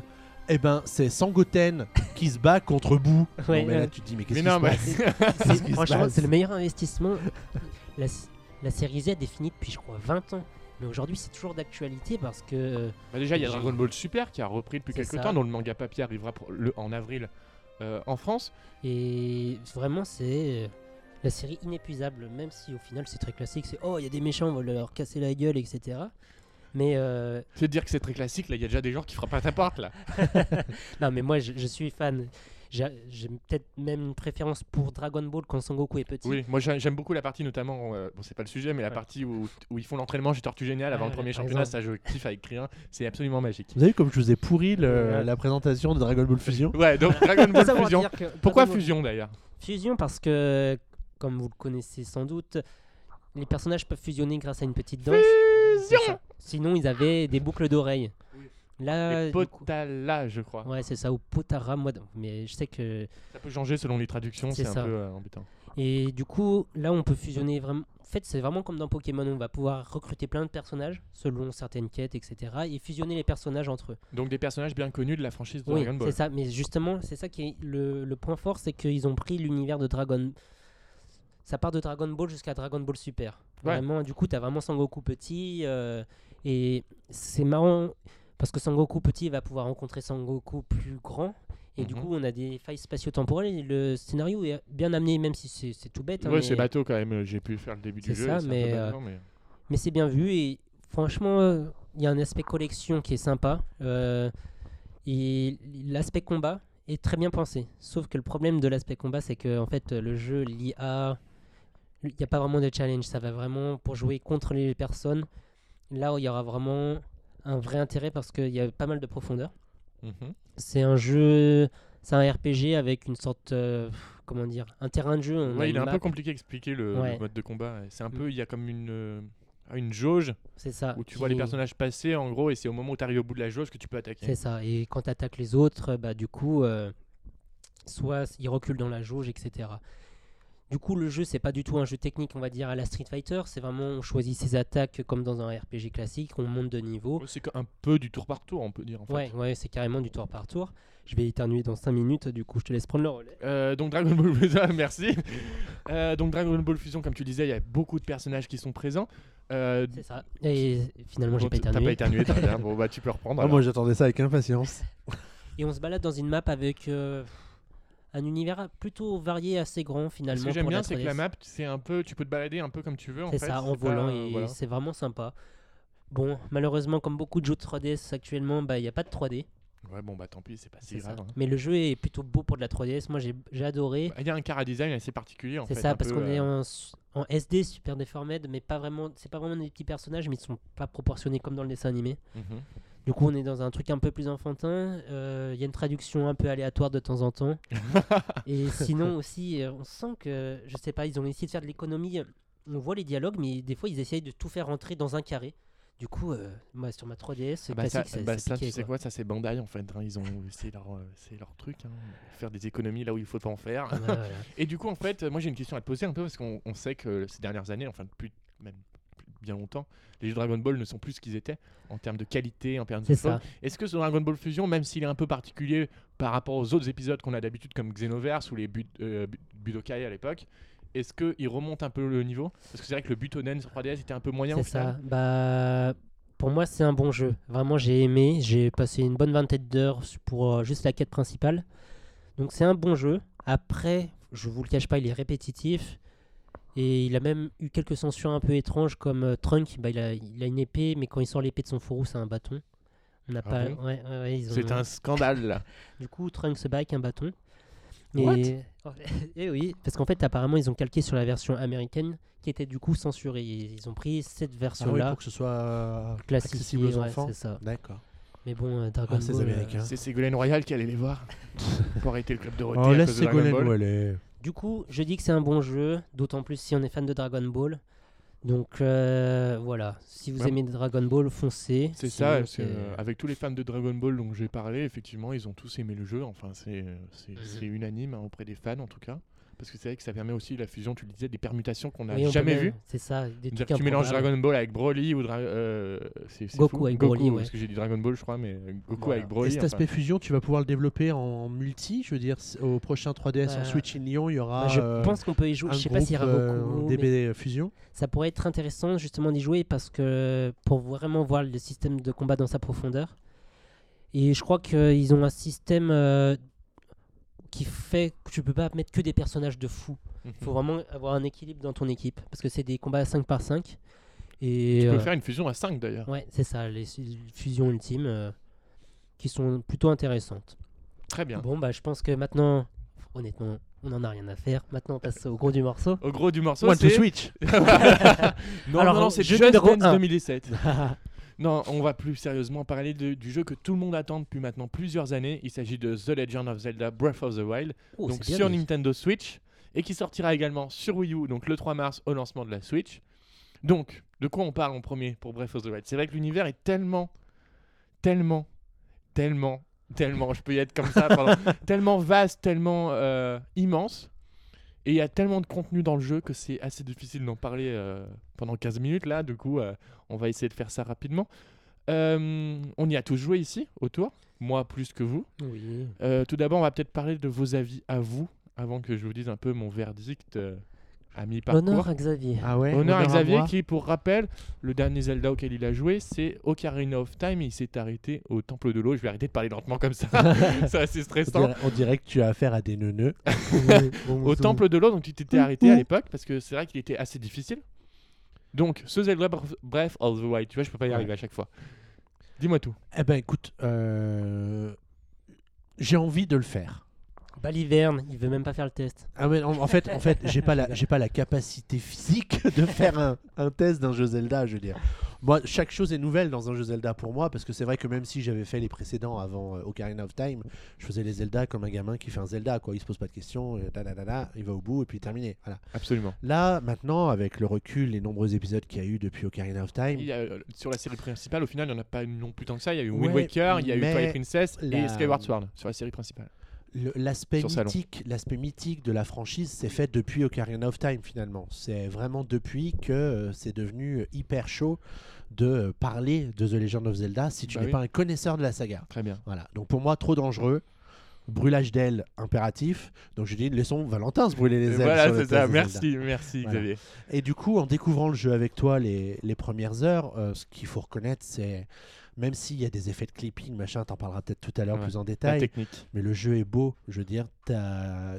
Eh ben, c'est Sangoten qui se bat contre Boo. Ouais, non, mais ouais. là, tu te dis, mais qu'est-ce Mais qui non, se mais- passe C'est- qui se franchement, passe c'est le meilleur investissement. La, la série Z est finie depuis, je crois, vingt ans. Mais aujourd'hui, c'est toujours d'actualité parce que. Bah déjà, il y a J'ai- Dragon Ball Super qui a repris depuis C'est quelques ça. temps, dont le manga papier arrivera pour le- en avril euh, en France. Et vraiment, c'est euh, la série inépuisable, même si au final, c'est très classique. C'est oh, il y a des méchants, on va leur casser la gueule, et cetera. Mais euh, C'est de dire que c'est très classique, là, il y a déjà des gens qui frappent à ta porte, là. non, mais moi, je, je suis fan. J'ai j'ai peut-être même une préférence pour Dragon Ball quand Son Goku est petit. Oui, moi j'ai- j'aime beaucoup la partie notamment, euh, bon c'est pas le sujet, mais la Ouais. partie où, où ils font l'entraînement chez Tortue Géniale avant Ah, le premier par championnat, exemple. ça je kiffe avec Krillin, c'est absolument magique. Vous avez vu comme je vous ai pourri le- Ouais. la présentation de Dragon Ball Fusion? Ouais, donc Dragon Ball Ça veut Fusion. dire que Pourquoi Dragon Ball- Fusion d'ailleurs? Fusion parce que, comme vous le connaissez sans doute, les personnages peuvent fusionner grâce à une petite danse. C'est ça. Sinon, ils avaient des boucles d'oreilles. Oui. Là, Les du coup- Potala, je crois. ouais, c'est ça, ou Potara, moi, mais je sais que. Ça peut changer selon les traductions, C'est c'est un ça. peu euh, embêtant. Et du coup, là, on peut fusionner vraiment. En fait, c'est vraiment comme dans Pokémon, on va pouvoir recruter plein de personnages selon certaines quêtes, et cetera. Et fusionner les personnages entre eux. Donc des personnages bien connus de la franchise de Oui, Dragon Ball. c'est ça. Mais justement, c'est ça qui est le, le point fort, c'est qu'ils ont pris l'univers de Dragon. Ça part de Dragon Ball jusqu'à Dragon Ball Super. Ouais. Vraiment, du coup, t'as vraiment Sangoku petit. euh, et c'est marrant parce que Sangoku petit va pouvoir rencontrer Sangoku plus grand. Et du Mhm. coup, on a des failles spatio-temporelles. Et le scénario est bien amené, même si c'est c'est tout bête. hein, Ouais, mais- c'est bateau quand même, j'ai pu faire le début du C'est jeu. ça, et c'est un mais, peu euh, bateau, mais... mais c'est bien vu et franchement, euh, il y a un aspect collection qui est sympa. euh, et l'aspect combat est très bien pensé. Sauf que le problème de l'aspect combat, c'est que en fait, le jeu, l'I A, il n'y a pas vraiment de challenge. Ça va vraiment pour jouer contre les personnes. Là où il y aura vraiment un vrai intérêt parce qu'il y a pas mal de profondeur. Mhm. C'est un jeu, c'est un R P G avec une sorte, euh, comment dire, un terrain de jeu. on a Ouais, il une est un map, peu compliqué à expliquer le, le Ouais. mode de combat. C'est un Mm. peu, il y a comme une, euh, une jauge C'est ça. où tu vois les qui- personnages passer en gros, et c'est au moment où tu arrives au bout de la jauge que tu peux attaquer. C'est ça. Et quand tu attaques les autres, bah, du coup, euh, soit ils reculent dans la jauge, et cetera. Du coup, le jeu, c'est pas du tout un jeu technique, on va dire, à la Street Fighter. C'est vraiment, on choisit ses attaques comme dans un R P G classique, on monte de niveau. Ouais, c'est un peu du tour par tour, on peut dire. En fait. Ouais, ouais, c'est carrément du tour par tour. Je vais éternuer dans cinq minutes, du coup, je te laisse prendre le relais. Euh, donc Dragon Ball Fusion, merci. Euh, donc Dragon Ball Fusion, comme tu disais, il y a beaucoup de personnages qui sont présents. Euh, C'est ça. Et finalement, j'ai bon, pas T'as éternué. pas éternué, très bien. Bon bah tu peux reprendre. Ah, alors. moi j'attendais ça avec impatience. Et on se balade dans une map avec euh, un univers plutôt varié, assez grand finalement. Ce que j'aime pour bien, la c'est que trois D S. la map, c'est un peu, tu peux te balader un peu comme tu veux. en C'est fait. ça, en C'est pas, volant, euh, et voilà. c'est vraiment sympa. Bon, malheureusement, comme beaucoup de jeux de trois D S actuellement, bah, il n'y a pas de trois D. Ouais, bon bah tant pis, c'est pas si C'est ça. grave. hein. Mais le jeu est plutôt beau pour de la trois D S. Moi, j'ai j'ai adoré. Il y a un cara design assez particulier en C'est fait. ça, un parce peu, qu'on est euh, en, s- en S D, super deformed, mais pas vraiment. C'est pas vraiment des petits personnages, mais ils sont pas proportionnés comme dans le dessin animé. mhm. Du coup, on est dans un truc un peu plus enfantin. euh, Il y a une traduction un peu aléatoire de temps en temps. Et sinon aussi, euh, on sent que, je sais pas, ils ont essayé de faire de l'économie. On voit les dialogues, mais des fois, ils essayent de tout faire rentrer dans un carré. Du coup, euh, moi, sur ma trois D S, Ah bah ça, classique, c'est bah c'est ça, piqué, tu sais quoi. quoi, ça c'est Bandai en fait. hein, Ils ont, c'est leur, euh, c'est leur truc, hein, faire des économies là où il faut pas en faire. Ouais, voilà. Et du coup, en fait, moi j'ai une question à te poser un peu parce qu'on on sait que ces dernières années, enfin depuis même bien longtemps, les jeux Dragon Ball ne sont plus ce qu'ils étaient en termes de qualité, en termes de C'est flow. ça. Est-ce que ce Dragon Ball Fusion, même s'il est un peu particulier par rapport aux autres épisodes qu'on a d'habitude comme Xenoverse ou les Bud- euh, Bu- Budokai à l'époque, est-ce qu'il remonte un peu le niveau? Parce que c'est vrai que le Butoden sur trois D S était un peu moyen au C'est final. ça. Bah, pour moi, c'est un bon jeu. Vraiment, j'ai aimé. J'ai passé une bonne vingtaine d'heures pour euh, juste la quête principale. Donc, c'est un bon jeu. Après, je vous le cache pas, il est répétitif. Et il a même eu quelques censures un peu étranges, comme euh, Trunk. Bah, il, a, il a une épée, mais quand il sort l'épée de son fourreau, c'est un bâton. On n'a Ah pas. bon ouais, ouais, ouais, ils ont- C'est un scandale là. Du coup, Trunk se bat avec un bâton. What Et... et oui, parce qu'en fait, apparemment, ils ont calqué sur la version américaine qui était du coup censurée. Ils ont pris cette Ah oui, version-là, pour que ce soit euh, classique, accessible aux ouais, enfants. c'est ça. D'accord. Mais bon, euh, Dragon Ah, ces Ball, euh, Américains. C'est Ségolène Royal qui allait les voir pour arrêter le club de Oh, à laisse cause de Dragon Ségolène Ball. où elle est. Du coup, je dis que c'est un bon jeu, d'autant plus si on est fan de Dragon Ball. Donc euh, voilà, si vous Ouais. aimez Dragon Ball, foncez. C'est Sinon, ça, c'est- c'est, euh, avec tous les fans de Dragon Ball dont j'ai parlé, effectivement, ils ont tous aimé le jeu. Enfin, c'est, c'est, Mhm. c'est unanime hein, auprès des fans en tout cas. Parce que c'est vrai que ça permet aussi la fusion, tu le disais, des permutations qu'on n'a Oui, on peut jamais même- vues. C'est ça, des C'est-à-dire trucs que tu mélanges improbables. Dragon Ball avec Broly ou Dra- euh, c'est, c'est Goku fou. avec Goku, Broly, ouais. parce que j'ai dit Dragon Ball, je crois, mais Goku Voilà. avec Et Broly. cet enfin. aspect fusion, tu vas pouvoir le développer en multi. Je veux dire, c- au prochain trois D S en Euh, Switch in Lyon, il y aura Bah, je euh, pense qu'on peut y jouer. un Je sais pas s'il y aura groupe, euh, beaucoup. mais D B fusion. ça pourrait être intéressant justement d'y jouer parce que pour vraiment voir le système de combat dans sa profondeur. Et je crois qu'ils ont un système euh, qui fait que tu peux pas mettre que des personnages de fou. Mhm. Il faut vraiment avoir un équilibre dans ton équipe parce que c'est des combats à cinq par cinq. Et Tu peux euh, faire une fusion à cinq d'ailleurs. ouais, c'est ça, les su- fusions ultimes euh, qui sont plutôt intéressantes. Très bien. Bon, bah je pense que maintenant, honnêtement, on en a rien à faire. Maintenant, on passe au gros du morceau. Au gros du morceau, One to c'est... Switch. non, Alors, non, non, c'est jeu Just numéro Dance un. deux mille dix-sept. Non, on va plus sérieusement parler de- du jeu que tout le monde attend depuis maintenant plusieurs années. Il s'agit de The Legend of Zelda Breath of the Wild, Oh, donc c'est bien sur dit. Nintendo Switch, et qui sortira également sur Wii U, donc le trois mars au lancement de la Switch. Donc, de quoi on parle en premier pour Breath of the Wild? C'est vrai que l'univers est tellement, tellement, tellement, tellement, je peux y être comme ça, pardon, tellement vaste, tellement euh, immense. Et il y a tellement de contenu dans le jeu que c'est assez difficile d'en parler euh, pendant quinze minutes là. Du coup, euh, on va essayer de faire ça rapidement. Euh, on y a tous joué ici, autour. Moi, plus que vous. Oui. Euh, tout d'abord, on va peut-être parler de vos avis à vous, avant que je vous dise un peu mon verdict euh, à mi-parcours. Honneur à Xavier. Ah ouais. Honneur à Xavier moi. qui, pour rappel, le dernier Zelda auquel il a joué, c'est Ocarina of Time et il s'est arrêté au Temple de l'eau. Je vais arrêter de parler lentement comme ça, c'est assez On stressant. dirait, on dirait que tu as affaire à des neuneux. Au Temple de l'eau, donc tu t'étais arrêté à l'époque parce que c'est vrai qu'il était assez difficile. Donc, ce Zelda Breath- Breath of the Wild, tu vois, je peux pas y Ouais. arriver à chaque fois. Dis-moi tout. Eh ben écoute, euh, j'ai envie de le faire. Baliverne, il veut même pas faire le test. Ah mais en, en fait, en fait, j'ai pas la, j'ai pas la capacité physique de faire un, un test d'un jeu Zelda. Je veux dire, moi, chaque chose est nouvelle dans un jeu Zelda pour moi parce que c'est vrai que même si j'avais fait les précédents avant euh, Ocarina of Time, je faisais les Zelda comme un gamin qui fait un Zelda, quoi. Il se pose pas de questions, euh, da, da, da, da, il va au bout et puis terminé. Voilà. Absolument. Là, maintenant, avec le recul, les nombreux épisodes qu'il y a eu depuis Ocarina of Time, Il y a, euh, sur la série principale, au final, il n'y en a pas non plus tant que ça. Il y a eu Ouais, Wind Waker, il y a eu mais Twilight Princess et la- Skyward Sword sur la série principale. Le- l'aspect Sur Salon. mythique, l'aspect mythique de la franchise s'est fait depuis Ocarina of Time finalement. C'est vraiment depuis que euh, c'est devenu euh, hyper chaud de euh, parler de The Legend of Zelda si tu Bah n'es oui. pas un connaisseur de la saga. Très bien. Voilà. Donc pour moi trop dangereux. Brûlage d'ailes impératif. Donc je dis laissons Valentin se brûler les ailes. Voilà, sur le c'est ça. test de Zelda. Merci, merci Voilà. Xavier. Et du coup, en découvrant le jeu avec toi les, les premières heures, euh, ce qu'il faut reconnaître, c'est même s'il y a des effets de clipping, machin, t'en parleras peut-être tout à l'heure Ouais. plus en La détail. technique. Mais le jeu est beau, je veux dire, t'as,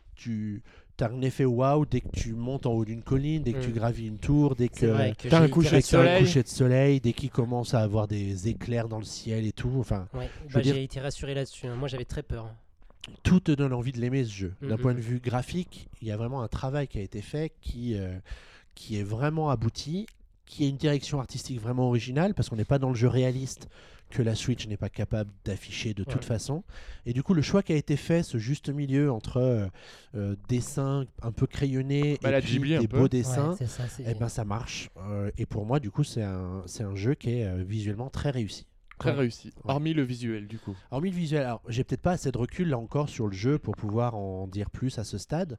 tu as un effet waouh dès que tu montes en haut d'une colline, dès que Mm. tu gravis une tour, dès C'est que vrai que t'as un j'ai coucher été de dès que t'as un soleil. coucher de soleil, dès qu'il commence à avoir des éclairs dans le ciel et tout. Enfin, Ouais, Je bah, veux dire- j'ai été rassuré là-dessus. hein. Moi, j'avais très peur. tout te donne envie de l'aimer ce jeu. D'un Mm, point mm. de vue graphique, il y a vraiment un travail qui a été fait qui, euh, qui est vraiment abouti, qui a une direction artistique vraiment originale parce qu'on n'est pas dans le jeu réaliste que la Switch n'est pas capable d'afficher de toute Ouais. façon. Et du coup, le choix qui a été fait, ce juste milieu entre euh, euh, dessins un peu crayonnés Bah, et la puis Ghibli, un des peu. beaux Ouais, dessins, c'est ça. c'est- eh ben, ça marche. Euh, et pour moi, du coup, c'est un, c'est un jeu qui est euh, visuellement très réussi. Très Ouais. réussi. Ouais. Hormis le visuel, du coup. Hormis le visuel, alors j'ai peut-être pas assez de recul là encore sur le jeu pour pouvoir en dire plus à ce stade.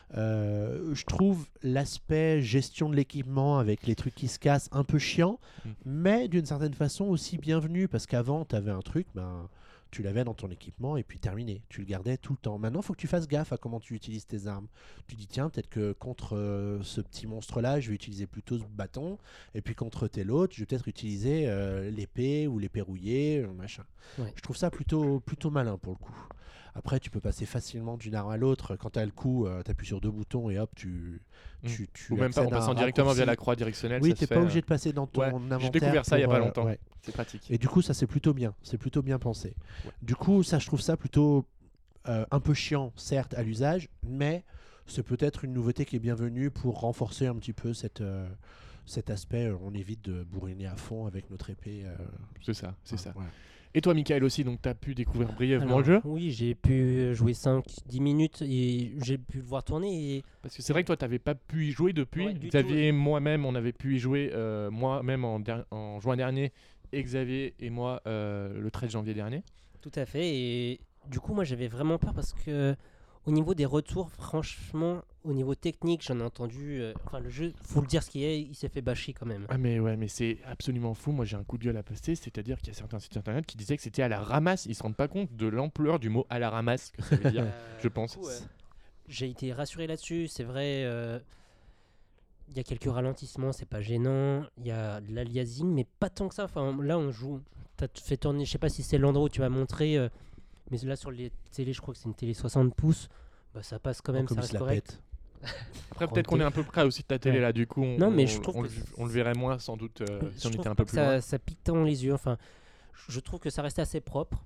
Euh, je trouve l'aspect gestion de l'équipement avec les trucs qui se cassent un peu chiant, Mm. mais d'une certaine façon aussi bienvenu parce qu'avant tu avais un truc, ben, tu l'avais dans ton équipement et puis terminé. Tu le gardais tout le temps. Maintenant, il faut que tu fasses gaffe à comment tu utilises tes armes. Tu dis, tiens, peut-être que contre euh, ce petit monstre-là, je vais utiliser plutôt ce bâton. Et puis contre tel autre, je vais peut-être utiliser euh, l'épée ou l'épée rouillée, euh, machin. Ouais. Je trouve ça plutôt, plutôt malin pour le coup. Après, tu peux passer facilement d'une arme à l'autre. Quand tu as le coup, tu appuies sur deux boutons et hop, tu. Mm. tu, tu Ou même pas en accèdes à un passant directement via raccourci. la croix directionnelle. Oui, ça tu se n'es pas fait, obligé euh, de passer dans ton Ouais, inventaire. j'ai découvert ça il y a pour, pas euh, longtemps. ouais. C'est pratique. Et du coup, ça c'est plutôt bien. C'est plutôt bien pensé. Ouais. Du coup, ça, je trouve ça plutôt euh, un peu chiant, certes, à l'usage, mais c'est peut-être une nouveauté qui est bienvenue pour renforcer un petit peu cette, euh, cet aspect. euh, On évite de bourriner à fond avec notre épée. euh, C'est ça, c'est ça. voilà. Et toi, Michael aussi, donc tu as pu découvrir brièvement Alors, le jeu. Oui, j'ai pu jouer cinq dix minutes et j'ai pu le voir tourner. Et... Parce que c'est vrai que toi, tu n'avais pas pu y jouer depuis. Ouais, du Xavier et moi-même, on avait pu y jouer euh, moi-même en, der- en juin dernier. Et Xavier et moi euh, le treize janvier dernier. Tout à fait. Et du coup, moi, j'avais vraiment peur parce que au niveau des retours, franchement, au niveau technique, j'en ai entendu. euh, Enfin, le jeu, faut le dire ce qui est, il s'est fait bâcher quand même. Ah mais ouais, mais c'est absolument fou. Moi, j'ai un coup de gueule à passer. C'est-à-dire qu'il y a certains sites internet qui disaient que c'était à la ramasse. Ils se rendent pas compte de l'ampleur du mot à la ramasse que ça veut dire, Euh, je pense. du coup, euh, J'ai été rassuré là-dessus. C'est vrai. euh, Il y a quelques ralentissements, c'est pas gênant. Il y a de l'aliasing, mais pas tant que ça. Enfin, là, on joue. T'as fait tourner, je sais pas si c'est l'endroit où tu m'as montré, euh, mais là sur les télés, je crois que c'est une télé soixante pouces. Bah, ça passe quand même, Comme ça il se reste la correct. pète. Après, peut-être qu'on est un peu près aussi de ta télé Ouais. là. Du coup, on, Non, mais on- je trouve on que le- c'est- on le verrait moins sans doute euh, Je si on trouve était un pas peu que plus ça, loin. ça pique dans les yeux. Enfin, je trouve que ça restait assez propre.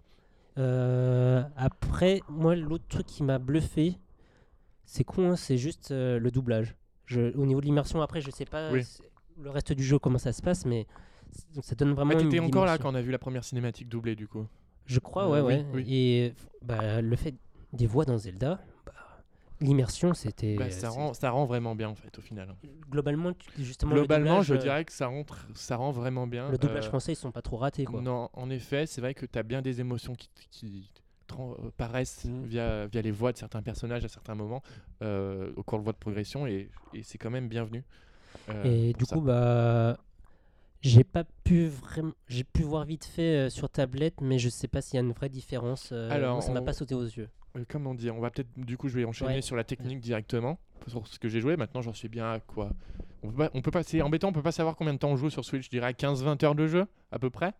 Euh, après, moi, l'autre truc qui m'a bluffé, c'est con, hein, c'est juste euh, le doublage. Je, au niveau de l'immersion, après, je sais pas Oui. c'est- le reste du jeu comment ça se passe, mais c- ça donne vraiment Ah, une t'étais encore là dimension. quand on a vu la première cinématique doublée du coup. Je crois, Euh, ouais, oui, ouais. oui. Et bah, le fait des voix dans Zelda, bah, l'immersion, c'était. Bah, ça, c'est- rend, ça rend vraiment bien en fait au final. Globalement, tu- justement, Globalement, le je doublage, dirais que ça, rentre, ça rend vraiment bien. euh, le doublage Euh, français, ils sont pas trop ratés, quoi. Non, en effet, c'est vrai que tu as bien des émotions qui, qui tran- euh, paraissent Mhm. via, via les voix de certains personnages à certains moments euh, au cours de votre progression et, et c'est quand même bienvenu. euh, Et pour du ça. coup, bah, j'ai pas pu vraiment, j'ai pu voir vite fait euh, sur tablette, mais je sais pas s'il y a une vraie différence. euh, Alors, moi, ça m'a on- pas sauté aux yeux. Euh, comment dire, on va peut-être, du coup, je vais enchaîner Ouais. sur la technique directement, sur ce que j'ai joué. Maintenant, j'en suis bien à quoi on peut, pas, on peut pas, c'est embêtant, on peut pas savoir combien de temps on joue sur Switch. Je dirais à quinze vingt heures de jeu, à peu près.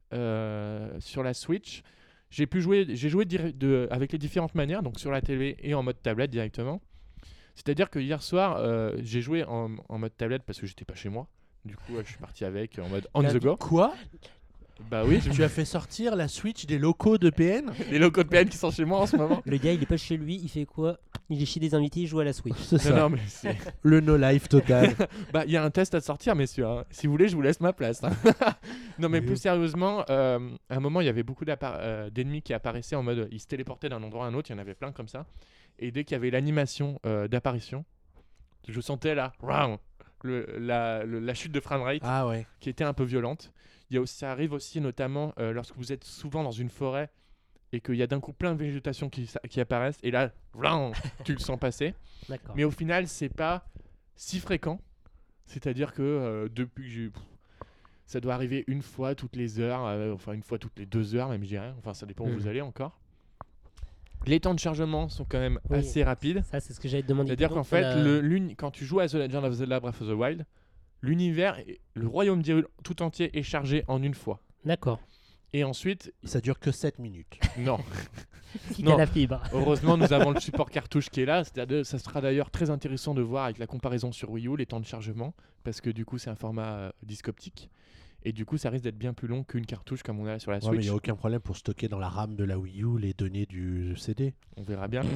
Euh, sur la Switch, j'ai pu jouer, j'ai joué dir- de, avec les différentes manières, donc sur la télé et en mode tablette directement. C'est-à-dire que hier soir, euh, j'ai joué en, en mode tablette parce que j'étais pas chez moi. Du coup, ouais, je suis parti avec en mode on La- the go. Quoi Bah oui, Tu as fait sortir la Switch des locaux de P N les locaux de P N qui sont chez moi en ce moment. Le gars, il est pas chez lui, il fait quoi? Il est chez des invités, il joue à la Switch. C'est ça. Non, non, mais c'est- Le no-life total. Bah, il y a un test à sortir, messieurs. hein. Si vous voulez, je vous laisse ma place. hein. non, mais Oui. plus sérieusement, euh, à un moment, il y avait beaucoup d'appar- euh, d'ennemis qui apparaissaient en mode. Ils se téléportaient d'un endroit à un autre. Il y en avait plein comme ça. Et dès qu'il y avait l'animation euh, d'apparition, je sentais là, round, le, la, le- la chute de framerate Ah ouais. qui était un peu violente. Il y a aussi, ça arrive aussi notamment euh, lorsque vous êtes souvent dans une forêt et qu'il y a d'un coup plein de végétation qui, sa- qui apparaissent. Et là, round, tu le sens passer. D'accord. Mais au final, c'est pas si fréquent. C'est-à-dire que euh, depuis que j'ai. pff, Ça doit arriver une fois toutes les heures, euh, enfin une fois toutes les deux heures, même je dirais. Enfin, ça dépend où Mhm. vous allez encore. Les temps de chargement sont quand même Oui. assez rapides. Ça, c'est ce que j'allais te demander. C'est-à-dire Donc, qu'en fait, la- le, l'uni- quand tu joues à The Legend of Zelda Breath of the Wild, l'univers, est- le royaume d'Hyrule tout entier est chargé en une fois. D'accord. Et ensuite, Ça dure que sept minutes. non. Si Non. t'as la fibre. Heureusement, nous avons le support cartouche qui est là. C'est-à-dire, ça sera d'ailleurs très intéressant de voir avec la comparaison sur Wii U les temps de chargement, parce que du coup, c'est un format euh, disque optique. Et du coup, ça risque d'être bien plus long qu'une cartouche comme on a sur la Ouais, mais il Switch. n'y a aucun problème pour stocker dans la RAM de la Wii U les données du C D. On verra bien.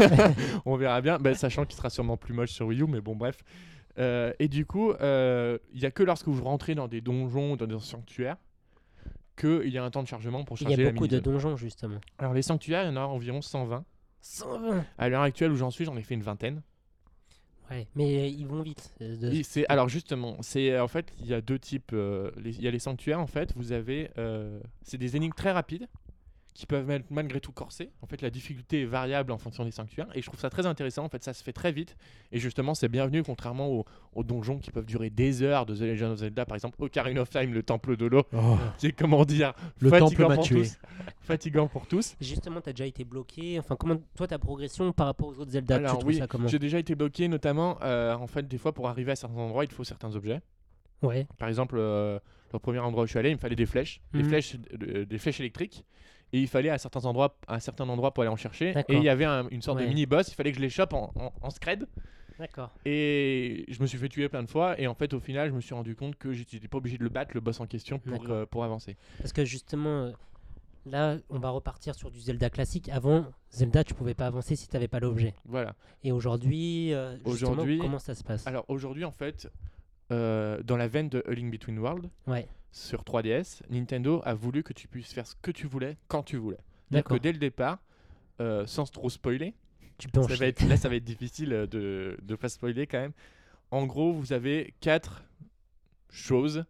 On verra bien, bah, sachant qu'il sera sûrement plus moche sur Wii U, mais bon, bref. Euh, et du coup, euh, il n'y a que lorsque vous rentrez dans des donjons, dans des sanctuaires, qu'il y a un temps de chargement pour Il charger y a la beaucoup de mini-zone. donjons, justement. Alors, les sanctuaires, il y en a environ cent vingt. cent vingt. À l'heure actuelle où j'en suis, j'en ai fait une vingtaine. Ouais, mais ils vont vite. euh, de- Oui, c'est alors justement, c'est euh, en fait il y a deux types. euh, les- Il y a les sanctuaires en fait. Vous avez, euh, c'est des énigmes très rapides qui peuvent être malgré tout corsées. En fait, la difficulté est variable en fonction des sanctuaires et je trouve ça très intéressant. En fait, ça se fait très vite et justement, c'est bienvenu contrairement aux, aux donjons qui peuvent durer des heures de The Legend of Zelda, par exemple, Ocarina of Time, le Temple de l'eau. Oh, C'est comment dire, le fatigant temple m'a pour tué. tous. Fatigant pour tous. Justement, t'as déjà été bloqué. Enfin, comment toi ta progression par rapport aux autres Zelda, Alors, tu trouves oui, ça comment? J'ai déjà été bloqué, notamment euh, en fait des fois pour arriver à certains endroits, il faut certains objets. Ouais. Par exemple, euh, le premier endroit où je suis allé, il me fallait des flèches, des Mhm. flèches, euh, des flèches électriques, et il fallait à certains endroits, à un certain endroit pour aller en chercher. D'accord. Et il y avait un- une sorte de Ouais. mini boss, il fallait que je les chope en, en, en scred. D'accord. Et je me suis fait tuer plein de fois. Et en fait, au final, je me suis rendu compte que j'étais pas obligé de le battre, le boss en question, pour, D'accord. euh, pour avancer. Parce que justement, euh, là, on va repartir sur du Zelda classique. Avant, Zelda, tu pouvais pas avancer si t'avais pas l'objet. Voilà. Et aujourd'hui, euh, justement, Aujourd'hui- comment ça se passe? Alors aujourd'hui, en fait, euh, dans la veine de A Link Between Worlds, Ouais. sur trois D S, Nintendo a voulu que tu puisses faire ce que tu voulais quand tu voulais. C'est-à-dire que D'accord. dès le départ, euh, sans trop spoiler, Tu peux en ça va chier. être, là ça va être difficile euh, de ne pas spoiler quand même. En gros, vous avez quatre choses,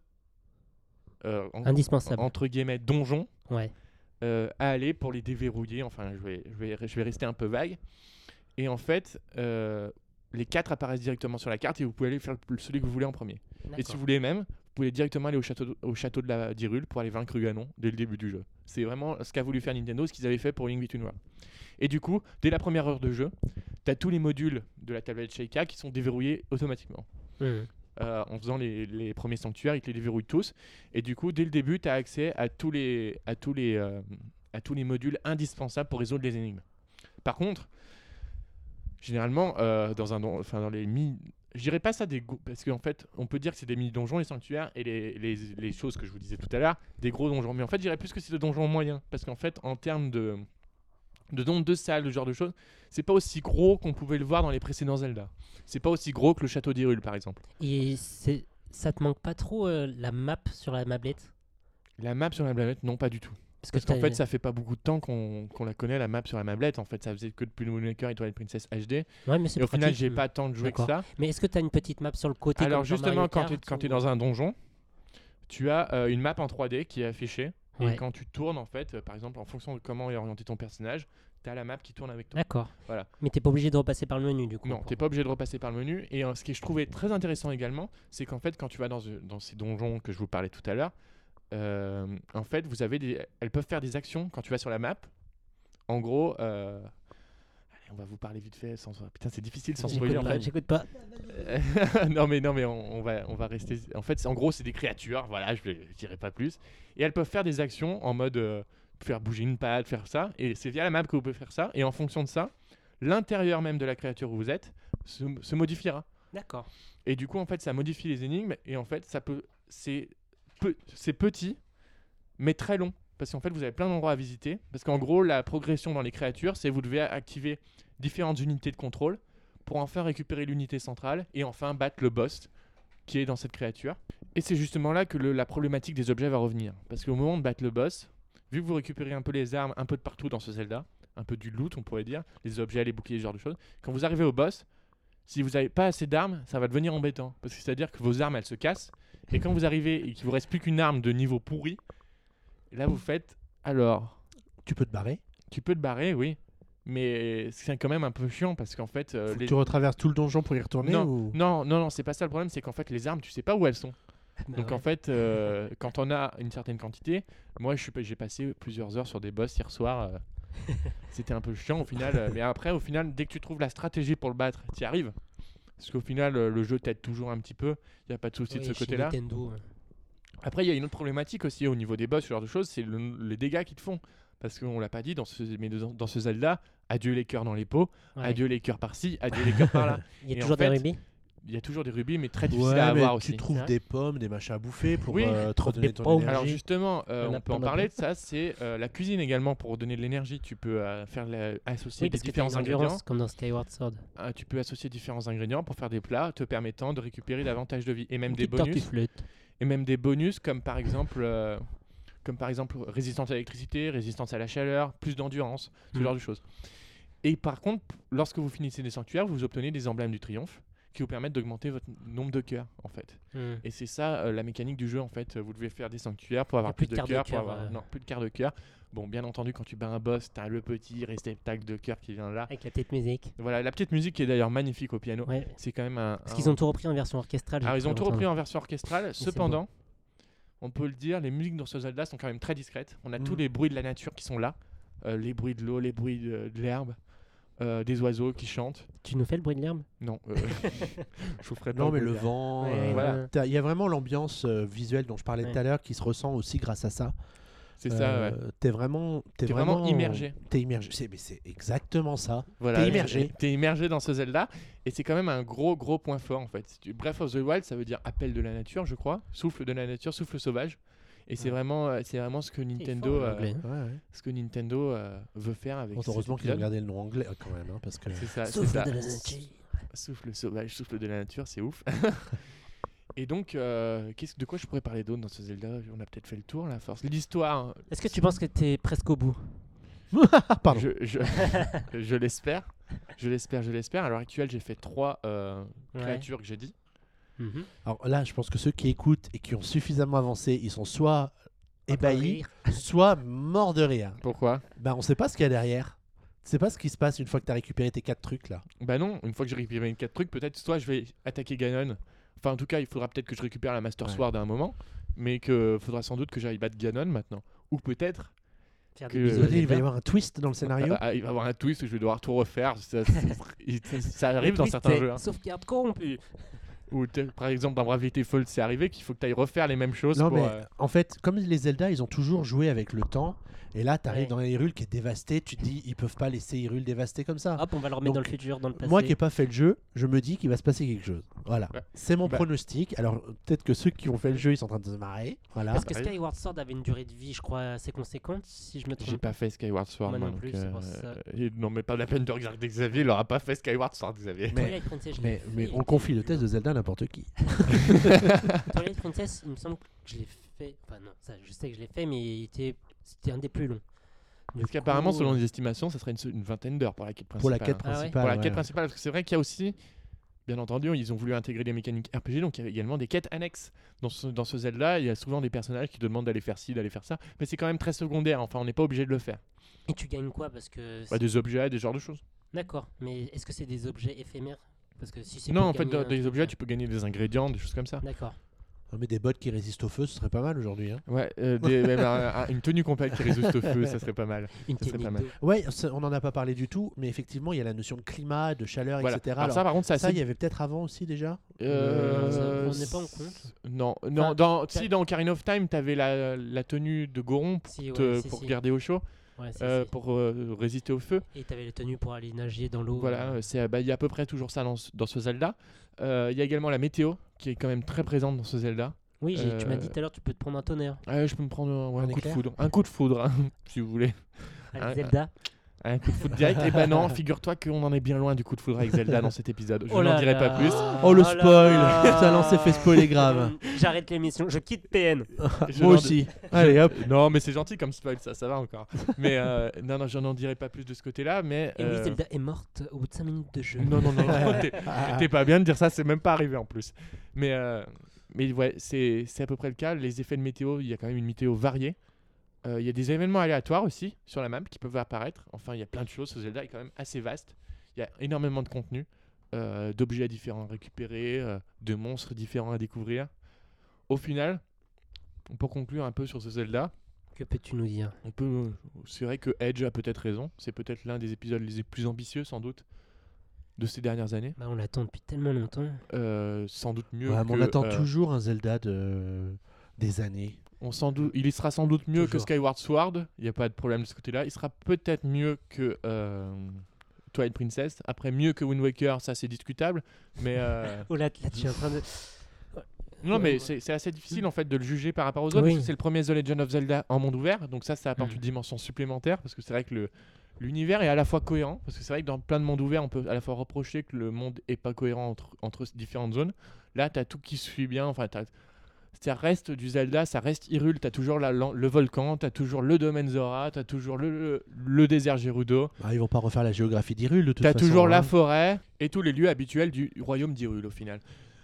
euh, en- Indispensable. entre guillemets, donjons, Ouais. euh, à aller pour les déverrouiller. Enfin, je vais, je vais, je vais rester un peu vague. Et en fait, euh, les quatre apparaissent directement sur la carte et vous pouvez aller faire le- celui que vous voulez en premier. Et si D'accord. vous voulez même, vous pouvez directement aller au château de, au château de la d'Hyrule pour aller vaincre Ganon dès le début du jeu. C'est vraiment ce qu'a voulu faire Nintendo, ce qu'ils avaient fait pour Link Between Worlds. Et du coup, dès la première heure de jeu, tu as tous les modules de la tablette Sheikah qui sont déverrouillés automatiquement. Mhm. Euh, en faisant les, les premiers sanctuaires, ils te les déverrouillent tous. Et du coup, dès le début, tu as accès à tous les, à tous les, euh, à tous les modules indispensables pour résoudre les énigmes. Par contre, généralement, euh, dans, un, don- enfin, dans les mi... Je dirais pas ça des... go- Parce qu'en fait, on peut dire que c'est des mini-donjons, les sanctuaires, et les, les, les choses que je vous disais tout à l'heure, des gros donjons. Mais en fait, je dirais plus que c'est des donjons moyens. Parce qu'en fait, en termes de, de nombre de salles, de genre de choses, c'est pas aussi gros qu'on pouvait le voir dans les précédents Zelda. C'est pas aussi gros que le château d'Hyrule, par exemple. Et c'est... ça te manque pas trop euh, la map sur la mablette? La map sur la tablette, non, pas du tout. Parce, Parce que qu'en t'as- fait, ça fait pas beaucoup de temps qu'on qu'on la connaît, la map sur la tablette. En fait, ça faisait que depuis le Moon Maker et Twilight Princess H D. Ouais, mais c'est Et au final, pratique. j'ai pas tant de jouer que D'accord. ça. Mais est-ce que tu as une petite map sur le côté Alors comme sur justement, Mario quand tu es, Kart, quand ou- t'es dans un donjon, tu as euh, une map en trois D qui est affichée. Ouais. Et quand tu tournes, en fait, euh, par exemple, en fonction de comment est orienté ton personnage, tu as la map qui tourne avec toi. D'accord. Voilà. Mais t'es pas obligé de repasser par le menu du coup. Non, pour- t'es pas obligé de repasser par le menu. Et euh, ce que je trouvais très intéressant également, c'est qu'en fait, quand tu vas dans, ce- dans ces donjons que je vous parlais tout à l'heure, euh, en fait, vous avez des, elles peuvent faire des actions quand tu vas sur la map. En gros, euh, allez, on va vous parler vite fait. Sans... Putain, c'est difficile sans J'écoute spoiler en pas, fait. J'écoute pas. Euh, non mais non mais on, on va on va rester. En fait, c'est- en gros, c'est des créatures. Voilà, je, vais- je dirai pas plus. Et elles peuvent faire des actions en mode euh, faire bouger une patte, faire ça. Et c'est via la map que vous pouvez faire ça. Et en fonction de ça, l'intérieur même de la créature où vous êtes se, se modifiera. D'accord. Et du coup, en fait, ça modifie les énigmes. Et en fait, ça peut, c'est peu- c'est petit, mais très long. Parce qu'en fait, vous avez plein d'endroits à visiter. Parce qu'en gros, la progression dans les créatures, c'est vous devez activer différentes unités de contrôle pour enfin récupérer l'unité centrale et enfin battre le boss qui est dans cette créature. Et c'est justement là que le- la problématique des objets va revenir. Parce qu'au moment de battre le boss, vu que vous récupérez un peu les armes un peu de partout dans ce Zelda, un peu du loot, on pourrait dire, les objets, les boucliers, ce genre de choses, quand vous arrivez au boss, si vous n'avez pas assez d'armes, ça va devenir embêtant. Parce que c'est-à-dire que vos armes, elles se cassent. Et quand vous arrivez et qu'il vous reste plus qu'une arme de niveau pourri, là vous faites, alors, Tu peux te barrer. tu peux te barrer, oui. Mais c'est quand même un peu chiant parce qu'en fait... euh, Faut que les- tu retraverses tout le donjon pour y retourner non, ou... non, non, non, c'est pas ça le problème, c'est qu'en fait les armes, tu sais pas où elles sont. Bah Donc ouais. en fait, euh, quand on a une certaine quantité, moi je suis pas- j'ai passé plusieurs heures sur des boss hier soir. euh, C'était un peu chiant au final. euh, mais après, au final, dès que tu trouves la stratégie pour le battre, tu y arrives. Parce qu'au final, euh, le jeu t'aide toujours un petit peu. Il n'y a pas de souci Oui, de ce chez côté-là. Nintendo, ouais. Après, il y a une autre problématique aussi au niveau des boss, ce genre de choses, c'est le- les dégâts qu'ils te font. Parce qu'on l'a pas dit, dans ce, mais dans, dans ce Zelda, adieu les cœurs dans les pots, Ouais. adieu les cœurs par-ci, adieu les cœurs par-là. Il y a Et en toujours des fait, rubis. Il y a toujours des rubis, mais très difficiles Ouais, à mais avoir tu aussi. trouves Ouais. des pommes, des machins à bouffer pour Oui, euh, te trouves redonner des ton pommes. énergie. Alors justement, euh, Il y en a on peut plein en de parler pommes. de ça, c'est euh, la cuisine également pour donner de l'énergie. Tu peux euh, faire la- associer Oui, des parce que t'as différents une ingrédients. endurance comme dans Skyward Sword. Euh, tu peux associer différents ingrédients pour faire des plats te permettant de récupérer davantage de vie et même Une des petite tortue bonus. flûte. Et même des bonus comme par exemple, euh, comme par exemple résistance à l'électricité, résistance à la chaleur, plus d'endurance, ce Mm. genre de choses. Et par contre, lorsque vous finissez des sanctuaires, vous obtenez des emblèmes du triomphe qui vous permettent d'augmenter votre nombre de cœurs en fait. Hmm. Et c'est ça euh, la mécanique du jeu en fait. Vous devez faire des sanctuaires pour avoir plus plus, de de quart de cœurs, pour cœur, avoir euh. non plus de quart de cœur. Bon, bien entendu, quand tu bats un boss, t'as le petit réceptacle de cœur qui vient là. Avec la petite musique. Voilà, la petite musique qui est d'ailleurs magnifique au piano. Ouais. C'est quand même un. Parce un- qu'ils ont tout repris en version orchestrale. Alors j'ai ils ont cru tout repris entendre. en version orchestrale. c'est Cependant, on peut le dire, les musiques dans ce Zelda sont quand même très discrètes. On a Mm. tous les bruits de la nature qui sont là, Euh, les bruits de l'eau, les bruits de, de l'herbe, euh, des oiseaux qui chantent. Tu nous fais le bruit de l'herbe? Non, euh, je vous ferai pas. Non, mais bruit le de l'herbe. vent. Ouais, euh, voilà. ouais. t'as- Il y a vraiment l'ambiance euh, visuelle dont je parlais Ouais. tout à l'heure qui se ressent aussi grâce à ça. C'est ça. Euh, Ouais. T'es vraiment, t'es T'es vraiment vraiment immergé. T'es immergé. C'est, mais c'est exactement ça. Voilà, T'es immergé. T'es immergé dans ce Zelda et c'est quand même un gros gros point fort en fait. Si tu- Breath of the Wild, ça veut dire appel de la nature, je crois, souffle de la nature, souffle sauvage. Et c'est Ouais. vraiment, euh, c'est vraiment ce que C'est Nintendo, fort, euh, l'anglais. Ouais, ouais. ce que Nintendo euh, veut faire avec. Bon, cet heureusement qu'ils ont épisode. gardé le nom anglais euh, quand même, hein, parce que. C'est ça, c'est Souffle ça. de la nature. Souffle sauvage, souffle de la nature, c'est ouf. Et donc, euh, qu'est-ce, de quoi je pourrais parler d'autre dans ce Zelda? On a peut-être fait le tour, la force. L'histoire, Est-ce que tu penses que t'es presque au bout? Pardon. je, je, je l'espère. Je l'espère, je l'espère. À l'heure actuelle, j'ai fait trois euh, Ouais. créatures que j'ai dit. Mhm. Alors là, je pense que ceux qui écoutent et qui ont suffisamment avancé, ils sont soit En train de ébahis, rire. soit morts de rire. Pourquoi? Ben, on sait pas ce qu'il y a derrière. Tu sais pas ce qui se passe une fois que tu as récupéré tes quatre trucs là. Bah non, une fois que j'ai récupéré mes quatre trucs, peut-être soit je vais attaquer Ganon. Enfin, en tout cas, il faudra peut-être que je récupère la Master Ouais. Sword à un moment. Mais qu'il faudra sans doute que j'aille battre Ganon maintenant. Ou peut-être Faire que- des bisous Euh, à Désolé, il va y Zelda. avoir un twist dans le scénario. Ah, ah, il va y avoir un twist où je vais devoir tout refaire. Ça, ça- il- ça arrive Le dans twist, certains c'est jeux. Hein. Sauvegarde corrompue. Ou t- par exemple, dans Bravely Default, c'est arrivé qu'il faut que tu ailles refaire les mêmes choses. Non, pour, mais euh, en fait, comme les Zelda, ils ont toujours joué avec le temps. Et là, tu arrives Ouais. dans Hyrule qui est dévasté. Tu te dis, ils peuvent pas laisser Hyrule dévasté comme ça. Hop, on va le remettre Donc, dans le futur, dans le passé. Moi qui n'ai pas fait le jeu, je me dis qu'il va se passer quelque chose. Voilà. Ouais. C'est mon Bah. pronostic. Alors, peut-être que ceux qui ont fait le jeu, ils sont en train de se marrer. Voilà. Parce que Ouais. Skyward Sword avait une durée de vie, je crois, assez conséquente, si je me J'ai trompe. pas fait Skyward Sword. Moi non donc, plus, c'est pour ça. et non, mais pas la peine de regarder Xavier. Il aura pas fait Skyward Sword, Xavier. Mais- Twilight Princess, je l'ai Mais, fait, mais et on confie le test de Zelda à n'importe qui. Twilight Princess, il me semble que je l'ai fait. Enfin, non, ça, je sais que je l'ai fait, mais il était... c'était un des plus longs. Du Parce qu'apparemment, coup, selon les estimations, ça serait une, une vingtaine d'heures pour la quête principale. Pour la quête Ah ouais. principale. Pour la ouais. quête principale, parce que c'est vrai qu'il y a aussi, bien entendu, ils ont voulu intégrer des mécaniques R P G, donc il y a également des quêtes annexes. Dans ce, dans ce Zelda, il y a souvent des personnages qui te demandent d'aller faire ci, d'aller faire ça, mais c'est quand même très secondaire, enfin on n'est pas obligé de le faire. Et tu gagnes quoi? Parce que. Bah, des objets, des genres de choses. D'accord, mais est-ce que c'est des objets éphémères? Parce que si c'est Non, pour en fait, gagner dans un des truc, objets, euh, tu peux gagner des ingrédients, des choses comme ça. D'accord. Non, mais des bottes qui résistent au feu, ce serait pas mal aujourd'hui. Hein. Ouais, euh, des- même un- un- une tenue complète qui résiste au feu, ça serait pas mal. Une Ça serait technique pas mal. d'eau. Ouais, ça, on n'en a pas parlé du tout, mais effectivement, il y a la notion de climat, de chaleur, Voilà. et cetera. Alors, Alors, ça, par contre, c'est ça, assez. il y avait peut-être avant aussi déjà. Euh, Ça, on n'est pas en compte. Non, non Enfin, dans, ça- si dans Ocarina of Time, t'avais la, la tenue de Goron pour, Si, ouais, te- si, pour si. garder au chaud, Ouais, si, euh, si. pour euh, résister au feu. Et t'avais les tenues pour aller nager dans l'eau. Voilà, euh, euh, c'est bah, il y a à peu près toujours ça dans, ce- dans ce Zelda. Euh, Il y a également la météo qui est quand même très présente dans ce Zelda. Oui, j'ai- tu m'as dit euh, tout à l'heure, tu peux te prendre un tonnerre. Ouais, je peux me prendre euh, ouais, Un un, coup de éclair foudre, un coup de foudre, hein, si vous voulez, Avec un- Zelda. un coup de foudre direct. Et ben non, figure-toi qu'on en est bien loin du coup de foudre avec Zelda dans cet épisode. Je Oh n'en là dirai pas là. plus. Oh, le là spoil. là. Ça lancé fait spoiler grave. J'arrête l'émission, je quitte P N. Je Moi n'en- aussi. Allez hop. Non, mais c'est gentil comme spoil, ça, ça va encore. Mais euh, non, non, je n'en dirai pas plus de ce côté-là. Mais Et euh, oui, Zelda est morte au bout de cinq minutes de jeu. non, non, non, non, t'es- t'es pas bien de dire ça, c'est même pas arrivé en plus. Mais, euh, mais ouais, c'est c'est à peu près le cas. Les effets de météo, il y a quand même une météo variée. Euh, Il y a des événements aléatoires aussi sur la map qui peuvent apparaître. Enfin, il y a plein de choses. Ce Zelda est quand même assez vaste. Il y a énormément de contenu, euh, d'objets différents à récupérer, euh, de monstres différents à découvrir. Au final, pour conclure un peu sur ce Zelda, Que peux-tu nous dire? on peut, c'est vrai que Edge a peut-être raison. C'est peut-être l'un des épisodes les plus ambitieux, sans doute, de ces dernières années. Bah, on l'attend depuis tellement longtemps. Euh, sans doute mieux. Ouais, mais que, on attend euh, toujours un Zelda de des années. on sans doute, il y sera sans doute mieux que Toujours. Skyward Sword. Il n'y a pas de problème de ce côté-là. Il sera peut-être mieux que euh, Twilight Princess. Après, mieux que Wind Waker, ça c'est discutable. Mais euh, Oh là, là, tu es en train de. non, Ouais, mais ouais. c'est c'est assez difficile en fait de le juger par rapport aux autres. Oui. Parce que c'est le premier The Legend of Zelda en monde ouvert. Donc ça, ça apporte Mhm. une dimension supplémentaire parce que c'est vrai que le l'univers est à la fois cohérent. Parce que c'est vrai que dans plein de mondes ouverts, on peut à la fois reprocher que le monde est pas cohérent entre, entre différentes zones. Là, tu as tout qui suit bien. Enfin, t'as- ça reste du Zelda, ça reste Hyrule. Tu as toujours la- lan- le volcan, tu as toujours le domaine Zora, tu as toujours le, le, le désert Gerudo. Ah, ils vont pas refaire la géographie d'Hyrule de toute Tu as façon. toujours la hein. forêt et tous les lieux habituels du royaume d'Hyrule au final.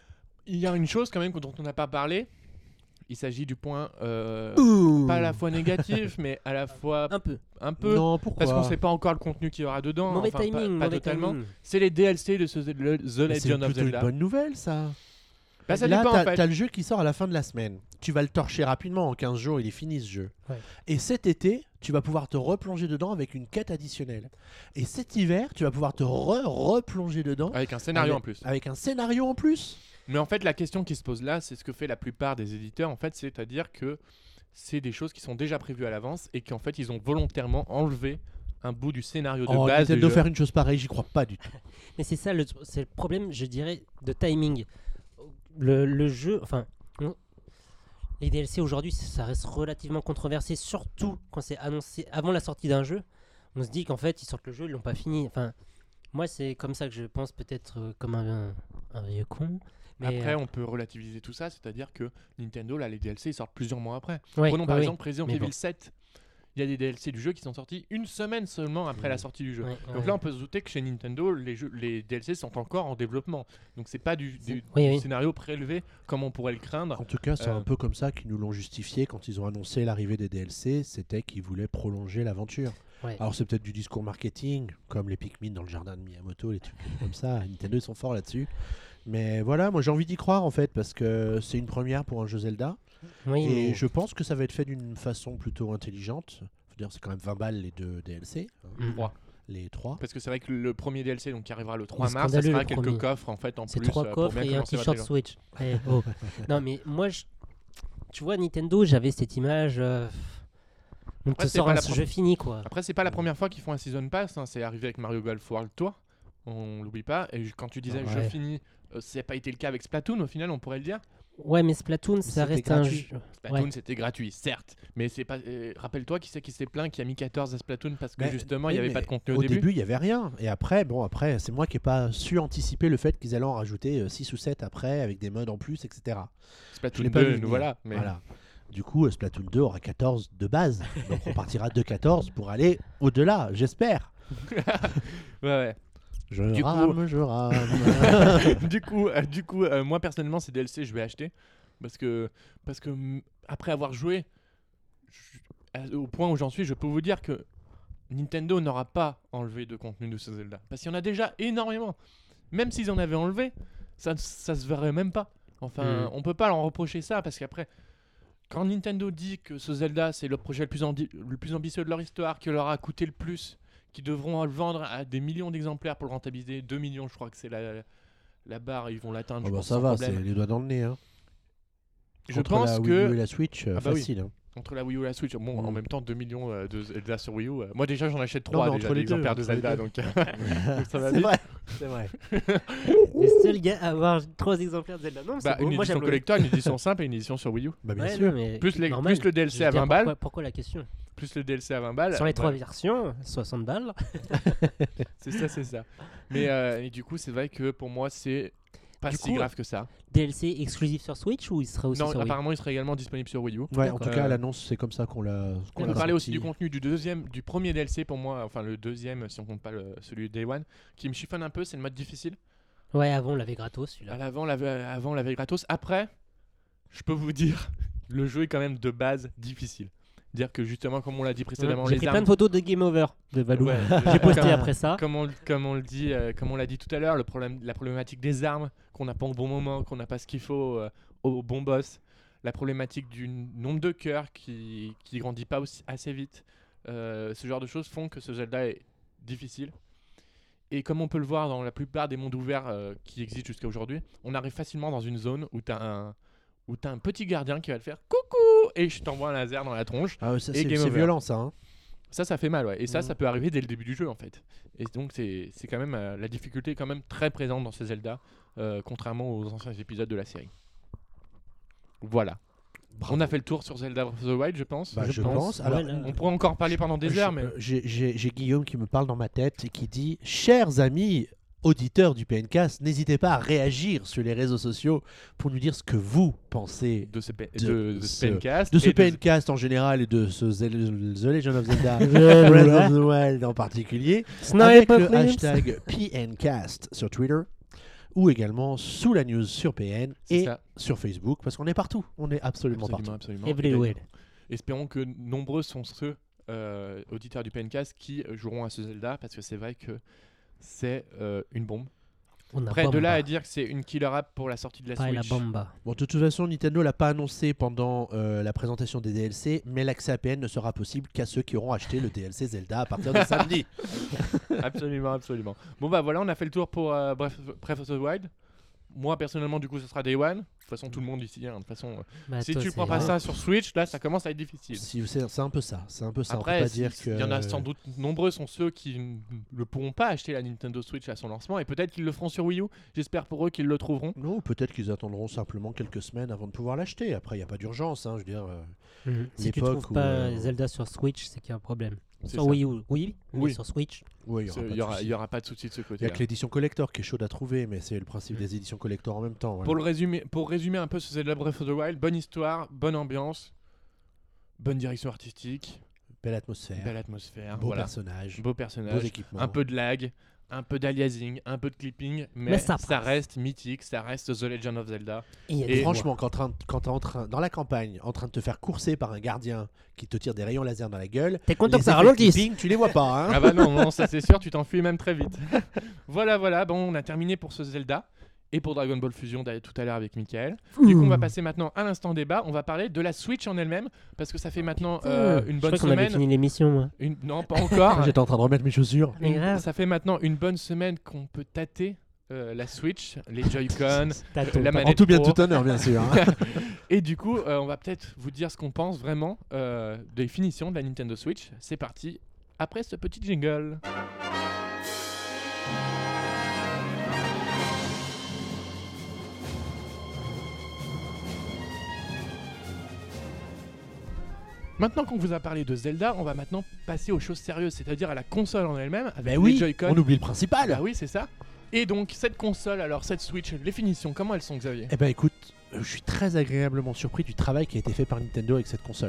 Il y a une chose quand même dont on n'a pas parlé. Il s'agit du point euh, Ouh. pas à la fois négatif, mais à la fois Un peu. un peu. Non, pourquoi Parce qu'on sait pas encore le contenu qu'il y aura dedans. Mauvais enfin, pas- timing, pas, mauvais totalement. timing. C'est les D L C de ce, le- The Mais c'est Legend of plutôt une Zelda. bonne nouvelle, ça. Bah, ça Là, dépend t'as en fait. t'as le jeu qui sort à la fin de la semaine. Tu vas le torcher rapidement, en quinze jours, il est fini ce jeu. Ouais. Et cet été, tu vas pouvoir te replonger dedans avec une quête additionnelle. Et cet hiver, tu vas pouvoir te re-replonger dedans Avec un scénario avec, en plus. avec un scénario en plus. Mais en fait, la question qui se pose là, c'est ce que fait la plupart des éditeurs. En fait, c'est-à-dire que c'est des choses qui sont déjà prévues à l'avance et qu'en fait, ils ont volontairement enlevé un bout du scénario de Oh, base. du Nintendo jeu. faire une chose pareille, j'y crois pas du tout. Mais c'est ça, le, c'est le problème, je dirais, de timing. Le, le jeu, enfin, on- les D L C aujourd'hui, ça reste relativement controversé, surtout quand c'est annoncé avant la sortie d'un jeu. On se dit qu'en fait, ils sortent le jeu, ils l'ont pas fini. Enfin, moi, c'est comme ça que je pense, peut-être euh, comme un, un vieux con. Mais, Après, euh, on peut relativiser tout ça, c'est-à-dire que Nintendo, là, les D L C, ils sortent plusieurs mois après. ouais, Prenons ouais, par oui. exemple Resident Mais Evil bon. sept. Il y a des D L C du jeu qui sont sortis une semaine seulement après Mmh. la sortie du jeu. Ouais, Donc ouais. là, on peut se douter que chez Nintendo, les, jeux, les D L C sont encore en développement. Donc c'est pas du, C'est- du- oui, du oui. scénario prélevé comme on pourrait le craindre. En tout cas, c'est Euh, un peu comme ça qu'ils nous l'ont justifié quand ils ont annoncé l'arrivée des D L C, c'était qu'ils voulaient prolonger l'aventure. Ouais. Alors c'est peut-être du discours marketing, comme les Pikmin dans le jardin de Miyamoto, les trucs comme ça. Nintendo, ils sont forts là-dessus. Mais voilà, moi j'ai envie d'y croire en fait, parce que c'est une première pour un jeu Zelda. Oui, Et mais- je pense que ça va être fait d'une façon plutôt intelligente. Faut dire, c'est quand même vingt balles les deux D L C, hein, Mm. Trois. les trois. Parce que c'est vrai que le premier D L C donc, qui arrivera le trois est mars, ça scandaleux, sera le quelques premier. coffres en fait en C'est plus. trois euh, pour coffres bien et un commencer t-shirt votre Switch. Eh, oh. Non, mais moi, je... tu vois, Nintendo, j'avais cette image. Euh... On Après, te c'est sort pas un la jeu fini, quoi. Après, c'est pas la première fois qu'ils font un Season Pass, hein, c'est arrivé avec Mario Golf World Tour, on l'oublie pas. Et quand tu disais Ah jeu ouais. fini, euh, ça n'a pas été le cas avec Splatoon au final, on pourrait le dire. Ouais, mais Splatoon, ça c'était reste un gratuit. jeu. Splatoon Ouais. c'était gratuit, certes, mais c'est pas. euh, Rappelle-toi qui c'est qui s'est plaint qui a mis quatorze à Splatoon parce que Mais- justement oui, il n'y avait mais pas de contenu au, Au début. début, il y avait rien. Et après, bon, après, c'est moi qui n'ai pas su anticiper le fait qu'ils allaient en rajouter six ou sept après, avec des modes en plus, et cetera. Je Splatoon l'ai pas vu deux, venir. nous voilà. Mais... Voilà. Du coup, euh, Splatoon deux aura quatorze de base. Donc on partira de quatorze pour aller au-delà, j'espère. ouais, ouais. Je Du coup- rame, je rame. du coup, euh, du coup euh, moi personnellement, ces D L C, je vais acheter parce que, parce que mm, après avoir joué je- à- au point où j'en suis, je peux vous dire que Nintendo n'aura pas enlevé de contenu de ce Zelda parce qu'il y en a déjà énormément. Même s'ils en avaient enlevé, ça, ne- ça se verrait même pas. Enfin, Mhm. on peut pas leur reprocher ça parce qu'après, quand Nintendo dit que ce Zelda c'est le projet le plus, andi- le plus ambitieux de leur histoire, qui leur a coûté le plus, qui devront le vendre à des millions d'exemplaires pour le rentabiliser, deux millions, je crois que c'est la, la barre, ils vont l'atteindre. Oh je bah, pense, ça sans va, problème. c'est les doigts dans le nez. Hein. Je Entre pense la Wii que U et la Switch, euh, Ah bah oui. facile. Hein. entre la Wii U et la Switch, bon, en Mm. même temps, deux millions euh, de Zelda sur Wii U. euh, moi déjà, j'en achète Non, trois mais déjà entre les deux, d'exemplaires de entre les Zelda, deux. donc, donc ça va C'est vite. vrai, c'est vrai. Le seul gars à avoir trois exemplaires de Zelda. Non, mais c'est Bah, beau. une Moi, édition j'applaudis. collector, une édition simple et une édition sur Wii U. Bah, bien Ouais, sûr. non, mais Plus les- normal. plus le D L C Je veux à dire, vingt balles. Pourquoi, pourquoi la question Plus le D L C à vingt balles. Sur les trois ouais, versions, soixante balles. c'est ça, c'est ça. Mais euh, et du coup, c'est vrai que pour moi, c'est pas Du si coup, grave que ça. D L C exclusif sur Switch ou il sera aussi Non, sur Wii? apparemment, il serait également disponible sur Wii U. Ouais, en D'accord. tout cas, Euh, l'annonce, c'est comme ça qu'on l'a. qu'on On l'a peut parler aussi sorti. du contenu du deuxième, du premier D L C pour moi, enfin le deuxième si on compte pas le- celui de Day One, qui me chiffonne un peu, c'est le mode difficile. Ouais, avant on l'avait gratos À celui-là. l'avant, l'avait- avant, on l'avait gratos. Après, je peux vous dire, le jeu est quand même de base difficile. Dire que justement, comme on l'a dit précédemment, J'ai les pris armes. plein de photos de Game Over de Valou. Ouais, J'ai posté comme- après ça. Comme on, comme on le dit, euh, comme on l'a dit tout à l'heure, le problème, la problématique des armes, qu'on n'a pas au bon moment, qu'on n'a pas ce qu'il faut euh, au bon boss, la problématique du nombre de cœurs qui qui grandit pas aussi, assez vite, euh, ce genre de choses font que ce Zelda est difficile. Et comme on peut le voir dans la plupart des mondes ouverts euh, qui existent jusqu'à aujourd'hui, on arrive facilement dans une zone où tu as un où t'as un petit gardien qui va te faire coucou et je t'envoie un laser dans la tronche. Ah, ouais, ça, Et c'est game c'est over. violent, ça. Hein. Ça, ça fait mal, ouais. Et ça, Mhm. ça peut arriver dès le début du jeu, en fait. Et donc, c'est c'est quand même euh, la difficulté est quand même très présente dans ces Zelda, euh, contrairement aux anciens épisodes de la série. Voilà. Bravo. On a fait le tour sur Zelda Breath of the Wild, je pense. Bah, je je pense. pense. Alors, Ouais, là. On pourrait encore parler pendant des Je- heures, mais euh, J'ai j'ai- j'ai Guillaume qui me parle dans ma tête et qui dit: chers amis auditeurs du P N K, n'hésitez pas à réagir sur les réseaux sociaux pour nous dire ce que vous pensez de ce, P- de de, de ce- ce PNcast. de ce et P N K en général et de ce Zel- The Legend of Zelda Ouais, Breath ouais. of the Wild en particulier, Sniper avec le Clips. hashtag P N Cast sur Twitter ou également sous la news sur P N C'est et ça. sur Facebook parce qu'on est partout, on est absolument, Absolument, partout. absolument. Everywhere. Et d'ailleurs, espérons que nombreux sont ceux euh, auditeurs du PNcast qui euh, joueront à ce Zelda, parce que c'est vrai que c'est euh, une bombe. On a Après, de Bomba. là à dire que c'est une killer app pour la sortie de la Pas la Switch. bomba. Bon, de toute façon, Nintendo l'a pas annoncé pendant euh, la présentation des D L C, mais l'accès à P N ne sera possible qu'à ceux qui auront acheté le D L C Zelda à partir de samedi. Absolument, absolument. Bon bah voilà, on a fait le tour pour euh, Breath Breath of the Wild. Moi personnellement, du coup, ce sera Day One. De toute façon, tout le monde ici, hein, de toute façon, euh, Bah, si toi, tu c'est- prends pas ça sur Switch, là, ça commence à être difficile. Si, c'est c'est un peu ça, c'est un peu ça. On Après, peut pas si- dire si- que il y en a sans doute nombreux sont ceux qui ne pourront pas acheter la Nintendo Switch à son lancement, et peut-être qu'ils le feront sur Wii U. J'espère pour eux qu'ils le trouveront. Non, peut-être qu'ils attendront simplement quelques semaines avant de pouvoir l'acheter. Après, il n'y a pas d'urgence, hein, je veux dire. euh, Mhm. Si tu l'époque trouves où, pas euh, Zelda sur Switch, c'est qu'il y a un problème. C'est Sur ça. Wii U, oui, mais Oui. sur Switch. Oui, il y C'est- aura pas Il de y aura, souci. il y aura pas de souci de ce Il y a côté-là. que l'édition collector qui est chaude à trouver, mais c'est le principe des éditions collector en même temps. voilà. Pour le résumer, pour résumer un peu ce Zelda Breath of the Wild, bonne histoire, bonne ambiance, bonne direction artistique, Belle atmosphère, belle atmosphère, beau voilà. personnage, beau beaux personnage, équipements. un peu de lag, un peu d'aliasing, un peu de clipping, mais, Mais ça ça passe. reste mythique, ça reste The Legend of Zelda. Et il y a Et des- Franchement, quand, train- quand t'es en train, dans la campagne, en train de te faire courser par un gardien qui te tire des rayons laser dans la gueule, T'es content les que ça effets ralentisse. clipping, tu les vois pas. Hein. Ah bah non, non, ça c'est sûr, tu t'enfuis même très vite. Voilà, voilà, bon, on a terminé pour ce Zelda et pour Dragon Ball Fusion d'ailleurs, tout à l'heure avec Michael. Du coup, on va passer maintenant à l'instant débat. On va parler de la Switch en elle-même parce que ça fait maintenant euh, une Je bonne crois qu'on avait semaine. fini l'émission, moi. Une... Non, pas encore. J'étais en train de remettre mes chaussures. Mais Une- grave. Ça fait maintenant une bonne semaine qu'on peut tâter euh, la Switch, les Joy-Con, Tâton. la En manette tout bien Pro. tout honneur, bien sûr. hein. Et du coup, euh, on va peut-être vous dire ce qu'on pense vraiment euh, des finitions de la Nintendo Switch. C'est parti, après ce petit jingle. Maintenant qu'on vous a parlé de Zelda, on va maintenant passer aux choses sérieuses, c'est-à-dire à la console en elle-même, avec Ben les oui, Joy-Con. on oublie le principal. Bah oui, c'est ça. Et donc, cette console, alors cette Switch, les finitions, comment elles sont, Xavier? Eh ben écoute, euh, je suis très agréablement surpris du travail qui a été fait par Nintendo avec cette console.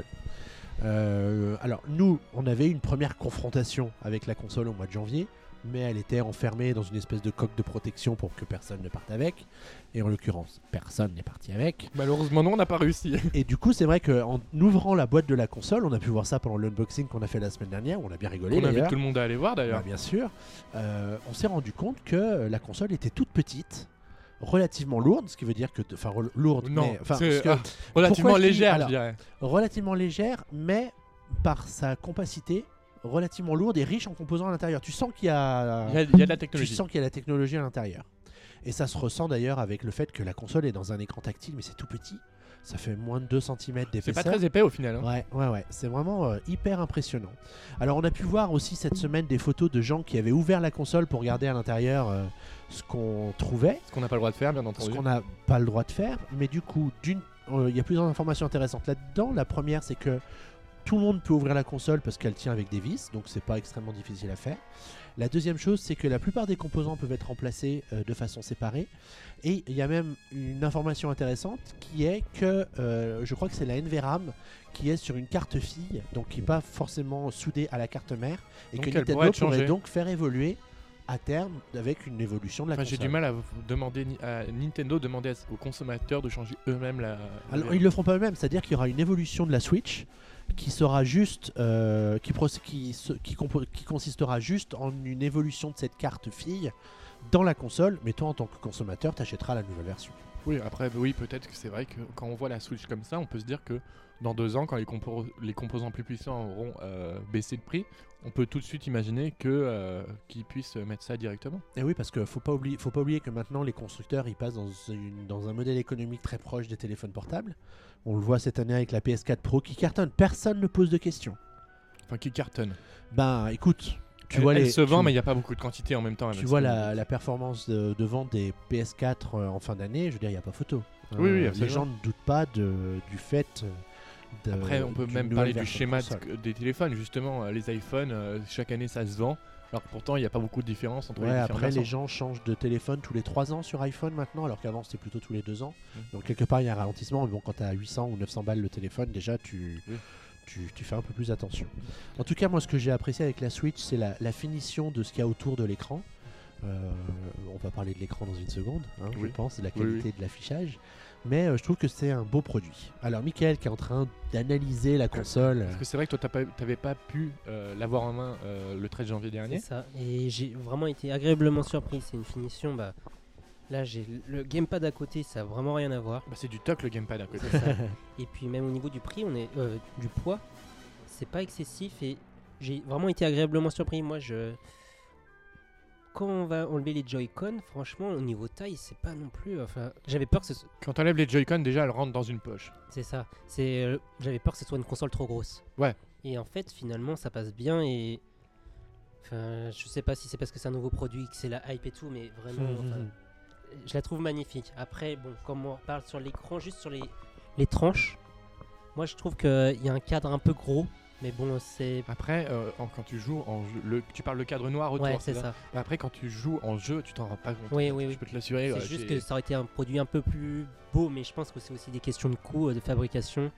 Euh, alors nous, on avait une première confrontation avec la console au mois de janvier, mais elle était enfermée dans une espèce de coque de protection pour que personne ne parte avec. Et en l'occurrence, personne n'est parti avec. Malheureusement, non, on n'a pas réussi. Et du coup, c'est vrai qu'en ouvrant la boîte de la console, on a pu voir ça pendant l'unboxing qu'on a fait la semaine dernière, où on a bien rigolé On invite d'ailleurs. tout le monde à aller voir, d'ailleurs. Bah, bien sûr. Euh, on s'est rendu compte que la console était toute petite, relativement lourde, ce qui veut dire que, enfin re- lourde, Non, mais, enfin, c'est parce que ah, relativement pourquoi je dis- légère, alors, je dirais. relativement légère, mais par sa compacité relativement lourde et riche en composants à l'intérieur. Tu sens qu'il y a, Il y a, il y a de la tu technologie. sens qu'il y a la technologie à l'intérieur. Et ça se ressent d'ailleurs avec le fait que la console est dans un écran tactile, mais c'est tout petit. Ça fait moins de deux centimètres C'est d'épaisseur. pas très épais au final. hein. Ouais, ouais, ouais. C'est vraiment euh, hyper impressionnant. Alors, on a pu voir aussi cette semaine des photos de gens qui avaient ouvert la console pour regarder à l'intérieur euh, ce qu'on trouvait, Ce qu'on n'a pas le droit de faire, bien ce entendu. qu'on n'a pas le droit de faire. Mais du coup, d'une, euh, il y a plusieurs informations intéressantes là-dedans. La première, c'est que tout le monde peut ouvrir la console parce qu'elle tient avec des vis, donc c'est pas extrêmement difficile à faire. La deuxième chose, c'est que la plupart des composants peuvent être remplacés euh, de façon séparée. Et il y a même une information intéressante qui est que euh, je crois que c'est la N V RAM qui est sur une carte fille, donc qui n'est pas forcément soudée à la carte mère, et Donc que elle Nintendo pourrait être pourrait changée. donc faire évoluer à terme avec une évolution de la Enfin, j'ai console. du mal à vous demander ni- à Nintendo demander à- aux consommateurs de changer eux-mêmes la. Alors, ils le feront pas eux-mêmes, c'est-à-dire qu'il y aura une évolution de la Switch qui sera juste, euh, qui, proc- qui, se- qui, compo- qui consistera juste en une évolution de cette carte fille dans la console, mais toi en tant que consommateur, t'achèteras la nouvelle version. Oui, après, oui, peut-être que c'est vrai que quand on voit la Switch comme ça, on peut se dire que dans deux ans, quand les, compo- les composants plus puissants auront euh, baissé de prix, on peut tout de suite imaginer que euh, qu'ils puissent mettre ça directement. Et oui, parce qu'il faut pas oublier, faut pas oublier que maintenant les constructeurs ils passent dans, une- dans un modèle économique très proche des téléphones portables. On le voit cette année avec la P S quatre Pro qui cartonne, personne ne pose de questions. Enfin, qui cartonne. Ben écoute, tu elle, vois elle les, se vend, tu- mais il n'y a pas beaucoup de quantité en même temps. Tu même vois si- la, la performance de, de vente des P S quatre euh, en fin d'année, je veux dire, il n'y a pas photo. Oui, oui, les absolument. gens ne doutent pas de, du fait. De, Après, on peut d'une même nouvelle parler du version de schéma console. de- des téléphones, justement. euh, Les iPhones, euh, chaque année, ça se vend. Alors que pourtant, il n'y a pas beaucoup de différence entre les Ouais, différentes après, les versions. gens changent de téléphone tous les trois ans sur iPhone maintenant, alors qu'avant c'était plutôt tous les deux ans. Mm. Donc, quelque part, il y a un ralentissement. Mais bon, quand tu as huit cents ou neuf cents balles le téléphone, déjà, tu. Oui. Tu, tu fais un peu plus attention. En tout cas, moi, ce que j'ai apprécié avec la Switch, c'est la, la finition de ce qu'il y a autour de l'écran. Euh, on va parler de l'écran dans une seconde, hein, Oui. je pense, de la Oui, qualité de l'affichage. Mais euh, je trouve que c'est un beau produit. Alors, Mickaël qui est en train d'analyser la console. Parce que c'est vrai que toi, t'as pas- t'avais pas pu euh, l'avoir en main euh, le treize janvier dernier. C'est ça. Et j'ai vraiment été agréablement surpris. C'est une finition. Bah, là, j'ai le gamepad à côté, ça a vraiment rien à voir. Bah, c'est du toc le gamepad à côté. C'est ça. Et puis même au niveau du prix, on est euh, du poids, c'est pas excessif et j'ai vraiment été agréablement surpris. Moi, je quand on va enlever les Joy-Con, franchement, au niveau taille, c'est pas non plus. Enfin, j'avais peur que ce soit. Quand t'enlèves les Joy-Con, déjà, elles rentrent dans une poche. C'est ça. C'est. euh, J'avais peur que ce soit une console trop grosse. Ouais. Et en fait, finalement, ça passe bien et. Enfin, je sais pas si c'est parce que c'est un nouveau produit, que c'est la hype et tout, mais vraiment. Mhm. enfin, je la trouve magnifique. Après, bon, comme on parle sur l'écran, juste sur les, les tranches, moi je trouve qu'il y a un cadre un peu gros Mais bon, c'est. Après, euh, en- quand tu joues, en jeu- le, tu parles le cadre noir autour. Ouais, c'est ça. Bah, après, quand tu joues en jeu, tu t'en rends pas compte. Oui, oui, Je oui. peux te l'assurer. C'est ouais, juste j'ai- que ça aurait été un produit un peu plus beau, mais je pense que c'est aussi des questions de coût, euh, de fabrication.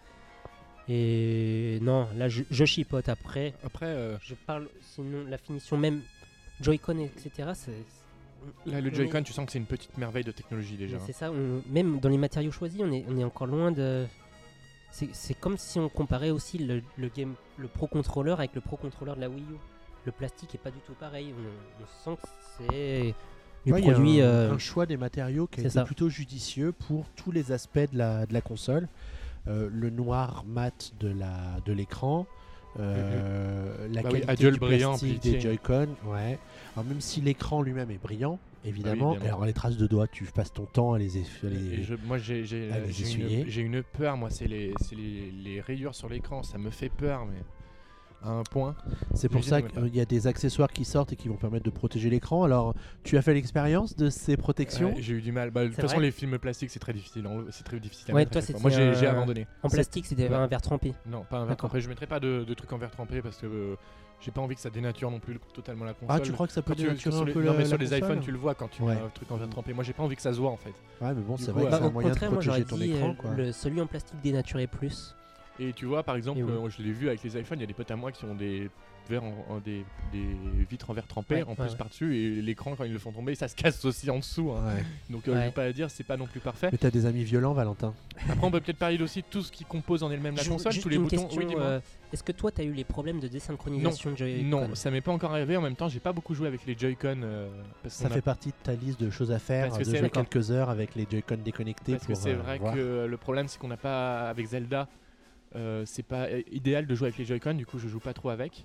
Et non, là, je, je chipote après. Après, euh, Je parle, sinon, la finition même, Joy-Con, et cetera. C'est, là, le on Joy-Con, est- tu sens que c'est une petite merveille de technologie déjà. mais c'est ça, on- même dans les matériaux choisis, on est, on est encore loin de. C'est, c'est comme si on comparait aussi le, le, game, le Pro Controller avec le Pro Controller de la Wii U. Le plastique est pas du tout pareil. On, on sent que c'est du Ouais, il y a produit. un, euh, un choix des matériaux qui a c'est été ça. plutôt judicieux pour tous les aspects de la, de la console. Euh, le noir mat de la de l'écran, euh, la Bah oui, qualité adieu le du brillant, plastique pitié. des Joy-Con, ouais. Alors même si l'écran lui-même est brillant, évidemment, Ah oui, évidemment. alors les traces de doigts, tu passes ton temps à les, eff- à les- Et je- moi, j'ai j'ai- à les j'ai essuyer. une, j'ai une peur. Moi, c'est les, c'est les, les rayures sur l'écran. Ça me fait peur, mais à un point. C'est pour Je ça les aime pas. qu'il y a des accessoires qui sortent et qui vont permettre de protéger l'écran. Alors, tu as fait l'expérience de ces protections? Ouais, j'ai eu du mal. Bah, de toute C'est façon, vrai les films plastiques, c'est très difficile. en- C'est très difficile à Ouais, mettre à toi, chaque fois. c'était Moi, j'ai j'ai un- abandonné. En plastique, c'était Ouais. un verre trempé. Non, pas un verre D'accord. trempé. Je mettrai pas de, de trucs en verre trempé parce que euh, j'ai pas envie que ça dénature non plus totalement la console. Ah, tu crois que ça peut Quand tu- dénaturer sur un les- peu Non, la- mais la sur les console iPhones, tu le vois quand tu Ouais. mets un truc en verre trempé. Moi, j'ai pas envie que ça se voit en fait. Ouais, mais bon, Du c'est coup, vrai que euh, c'est Bah, un au moyen de contraire, moi j'aurais protéger ton dit écran, euh, quoi. le, celui en plastique dénaturé plus. Et tu vois, par exemple, Et oui. euh, je l'ai vu avec les iPhones, il y a des potes à moi qui ont des verres en, en- des, des vitres en verre trempé Ouais, en ouais, plus ouais. par-dessus, et l'écran quand ils le font tomber, ça se casse aussi en dessous. hein. Ouais. Donc euh, Ouais. je vais pas à dire, c'est pas non plus parfait. Mais t'as des amis violents, Valentin. Après, on peut peut-être parler aussi de tout ce qui compose en elle-même la Ju- console, juste tous les une boutons. question, Oui, dis-moi. euh, est-ce que toi t'as eu les problèmes de désynchronisation de Joy-Con? Non, ça m'est pas encore arrivé. En même temps, j'ai pas beaucoup joué avec les Joy-Con. euh, parce Ça qu'on a- fait partie de ta liste de choses à faire, Parce que de c'est- jouer d'accord. quelques heures avec les Joy-Con déconnectés Parce que pour c'est euh, vrai voir. que le problème, c'est qu'on n'a pas avec Zelda. euh, c'est pas euh, idéal de jouer avec les Joy-Con. Du coup, je joue pas trop avec.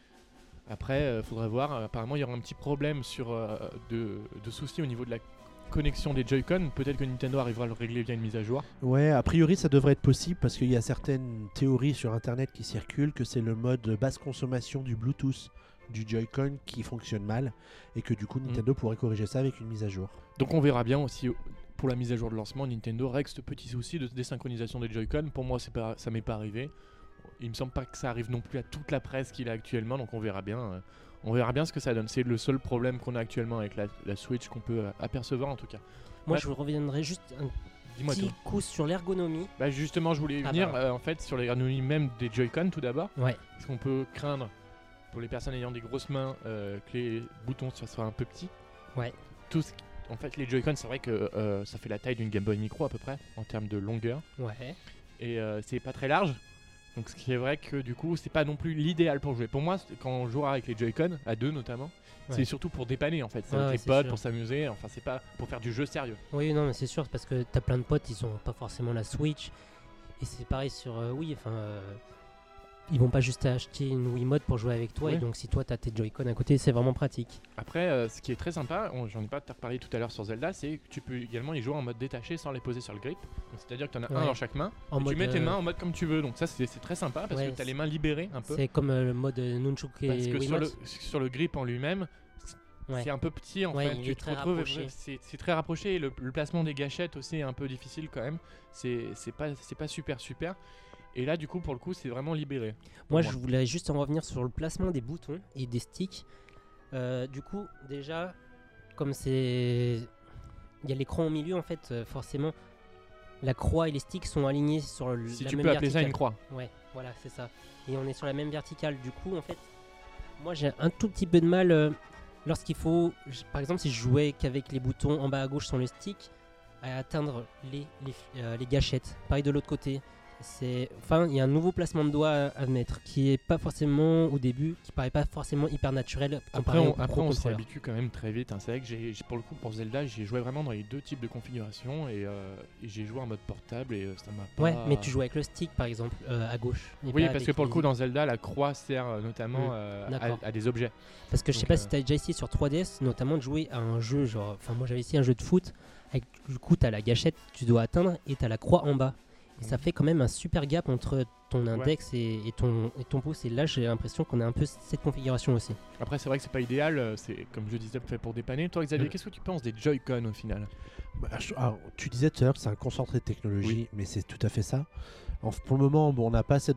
Après, euh, faudrait voir. Euh, apparemment, il y aura un petit problème sur euh, de, de soucis au niveau de la connexion des Joy-Con. Peut-être que Nintendo arrivera à le régler via une mise à jour. Ouais, a priori ça devrait être possible parce qu'il y a certaines théories sur internet qui circulent que c'est le mode basse consommation du Bluetooth du Joy-Con qui fonctionne mal et que du coup Nintendo pourrait corriger ça avec une mise à jour. Donc, on verra bien aussi. euh, Pour la mise à jour de lancement, Nintendo règle ce petit souci de désynchronisation des Joy-Con. Pour moi, c'est pas, ça m'est pas arrivé. Il me semble pas que ça arrive non plus à toute la presse qu'il a actuellement, donc on verra bien. euh, on verra bien ce que ça donne. C'est le seul problème qu'on a actuellement avec la, la Switch qu'on peut euh, apercevoir en tout cas. Moi Ouais. je reviendrai juste un Dis-moi petit tout. coup sur l'ergonomie. Bah justement, je voulais y Ah venir bah. euh, en fait sur l'ergonomie même des Joy-Con tout d'abord. Ouais. Parce qu'on peut craindre pour les personnes ayant des grosses mains euh, que les boutons soient soient un peu petits. Ouais. Tout ce qui- En fait, les Joy-Con, c'est vrai que euh, ça fait la taille d'une Game Boy Micro à peu près en termes de longueur. Ouais. Et euh, c'est pas très large. Donc ce qui est vrai que du coup c'est pas non plus l'idéal pour jouer. Pour moi c'est- quand on jouera avec les Joy-Con, à deux notamment, Ouais. c'est surtout pour dépanner en fait. C'est Ouais, avec ouais, les c'est potes, sûr. pour s'amuser, enfin c'est pas pour faire du jeu sérieux. Oui, non, mais c'est sûr, parce que t'as plein de potes, ils ont pas forcément la Switch. Et c'est pareil sur euh, Wii, enfin. euh, ils vont pas juste acheter une Wiimote pour jouer avec toi. Ouais. Et donc, si toi t'as tes Joy-Con à côté, c'est vraiment pratique. Après euh, ce qui est très sympa, on- j'en ai pas reparlé tout à l'heure sur Zelda, c'est que tu peux également y jouer en mode détaché sans les poser sur le grip. Donc, c'est-à-dire que tu en as un Ouais. dans chaque main, En et mode, tu mets tes euh, mains en mode comme tu veux. Donc ça c'est c'est très sympa parce Ouais, que tu as c'est- les mains libérées un peu. C'est comme euh, le mode euh, Nunchuk et Parce que sur le, Wiimote. sur le grip en lui-même, Ouais. c'est un peu petit en Ouais, fait. il Tu est te très retrouves, rapproché. c'est c'est très rapproché. Et le, le placement des gâchettes aussi est un peu difficile quand même. C'est c'est pas, c'est pas super super. Et là, du coup, pour le coup, c'est vraiment libéré. Moi, Pour je voulais juste en revenir sur le placement des boutons et des sticks. Euh, du coup, déjà, comme c'est. Il y a l'écran au milieu, en fait, euh, forcément, la croix et les sticks sont alignés sur le, Si la tu même peux appeler ça verticale. une croix. Ouais, voilà, c'est ça. Et on est sur la même verticale. Du coup, en fait, moi, j'ai un tout petit peu de mal euh, lorsqu'il faut. j- Par exemple, si je jouais qu'avec les boutons en bas à gauche sur le stick, à atteindre les, les, euh, les gâchettes. Pareil de l'autre côté. C'est, enfin, il y a un nouveau placement de doigt à, à mettre qui est pas forcément au début, qui paraît pas forcément hyper naturel. Après, comparé on, au après, Pro on s'y Controller. habitue quand même très vite. hein. C'est vrai que j'ai, j'ai- pour le coup, pour Zelda, j'ai joué vraiment dans les deux types de configurations et, euh, et j'ai joué en mode portable et euh, ça m'a pas. Ouais, mais tu joues avec le stick par exemple euh, à gauche. et Oui, pas parce avec que pour le les- coup, dans Zelda, la croix sert euh, notamment Mm. euh, D'accord. à, à des objets. Parce que je sais Donc, pas euh, si t'as déjà essayé sur trois D S, notamment de jouer à un jeu genre. Enfin, moi j'avais essayé un jeu de foot. Avec, du coup, t'as la gâchette, tu dois atteindre et t'as la croix en bas. Et ça Mhm. fait quand même un super gap entre ton index et, et ton, et ton pouce. Et là, j'ai l'impression qu'on a un peu cette configuration aussi. Après, c'est vrai que c'est pas idéal. euh, C'est comme je disais, fait pour dépanner. Toi, Xavier, Mm. qu'est-ce que tu penses des Joy-Con au final? Bah, je- alors, tu disais tout à l'heure que c'est un concentré de technologie, mais c'est tout à fait ça. En f- pour le moment, bon, on n'a pas assez de re-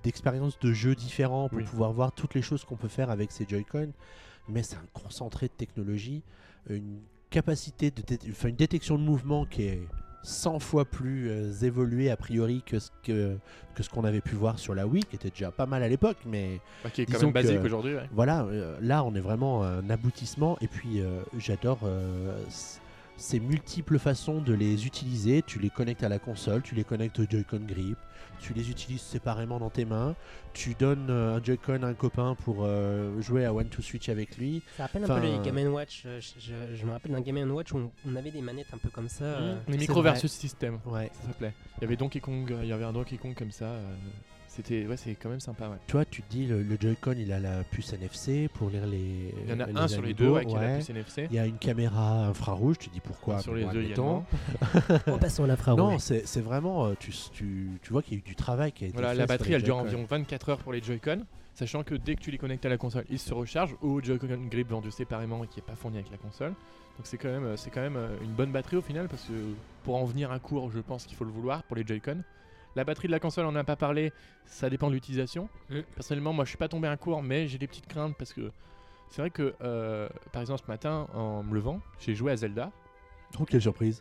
d'expériences de jeu différents pour Oui. pouvoir voir toutes les choses qu'on peut faire avec ces Joy-Con, mais c'est un concentré de technologie, une capacité de dé- enfin, une détection de mouvement qui est cent fois plus euh, évoluée a priori que ce que, que ce qu'on avait pu voir sur la Wii, qui était déjà pas mal à l'époque, mais Bah, qui est quand disons même basique que- aujourd'hui. Ouais. voilà, euh, là on est vraiment à un aboutissement, et puis euh, j'adore euh, c- ces multiples façons de les utiliser. Tu les connectes à la console, tu les connectes au Joy-Con Grip, tu les utilises séparément dans tes mains, tu donnes euh, un Joy-Con à un copain pour euh, jouer à One to Switch avec lui. Ça rappelle un Enfin, peu les Game and Watch. euh, Je, je- je me rappelle d'un Game and Watch où on, on avait des manettes un peu comme ça. euh, Les c'est micro vrai. versus système, Ouais. ça s'appelait. Il y avait Donkey Kong, euh, il y avait un Donkey Kong comme ça. euh, C'était, ouais, c'est quand même sympa. Ouais. Tu vois, tu te dis, le, le Joy-Con il a la puce N F C pour lire les. Il y en a les un sur les amiibo, deux ouais, qui a la ouais. puce N F C. Il y a une caméra infrarouge, tu te dis pourquoi Sur bon, les deux admettons. également. En passant à l'infrarouge. Non, c'est c'est vraiment. euh, Tu, tu, tu vois qu'il y a eu du travail qui a été Voilà, fait la sur batterie les elle dure Joy-Con. environ vingt-quatre heures pour les Joy-Con, sachant que dès que tu les connectes à la console, ils se rechargent au Joy-Con Grip vendu séparément et qui n'est pas fourni avec la console. Donc c'est quand même, c'est quand même euh, une bonne batterie au final, parce que pour en venir à court, je pense qu'il faut le vouloir pour les Joy-Con. La batterie de la console, on n'en a pas parlé, ça dépend de l'utilisation. Mm. Personnellement, moi je suis pas tombé à court, mais j'ai des petites craintes parce que c'est vrai que, euh, par exemple, ce matin, en me levant, j'ai joué à Zelda. Oh, quelle surprise.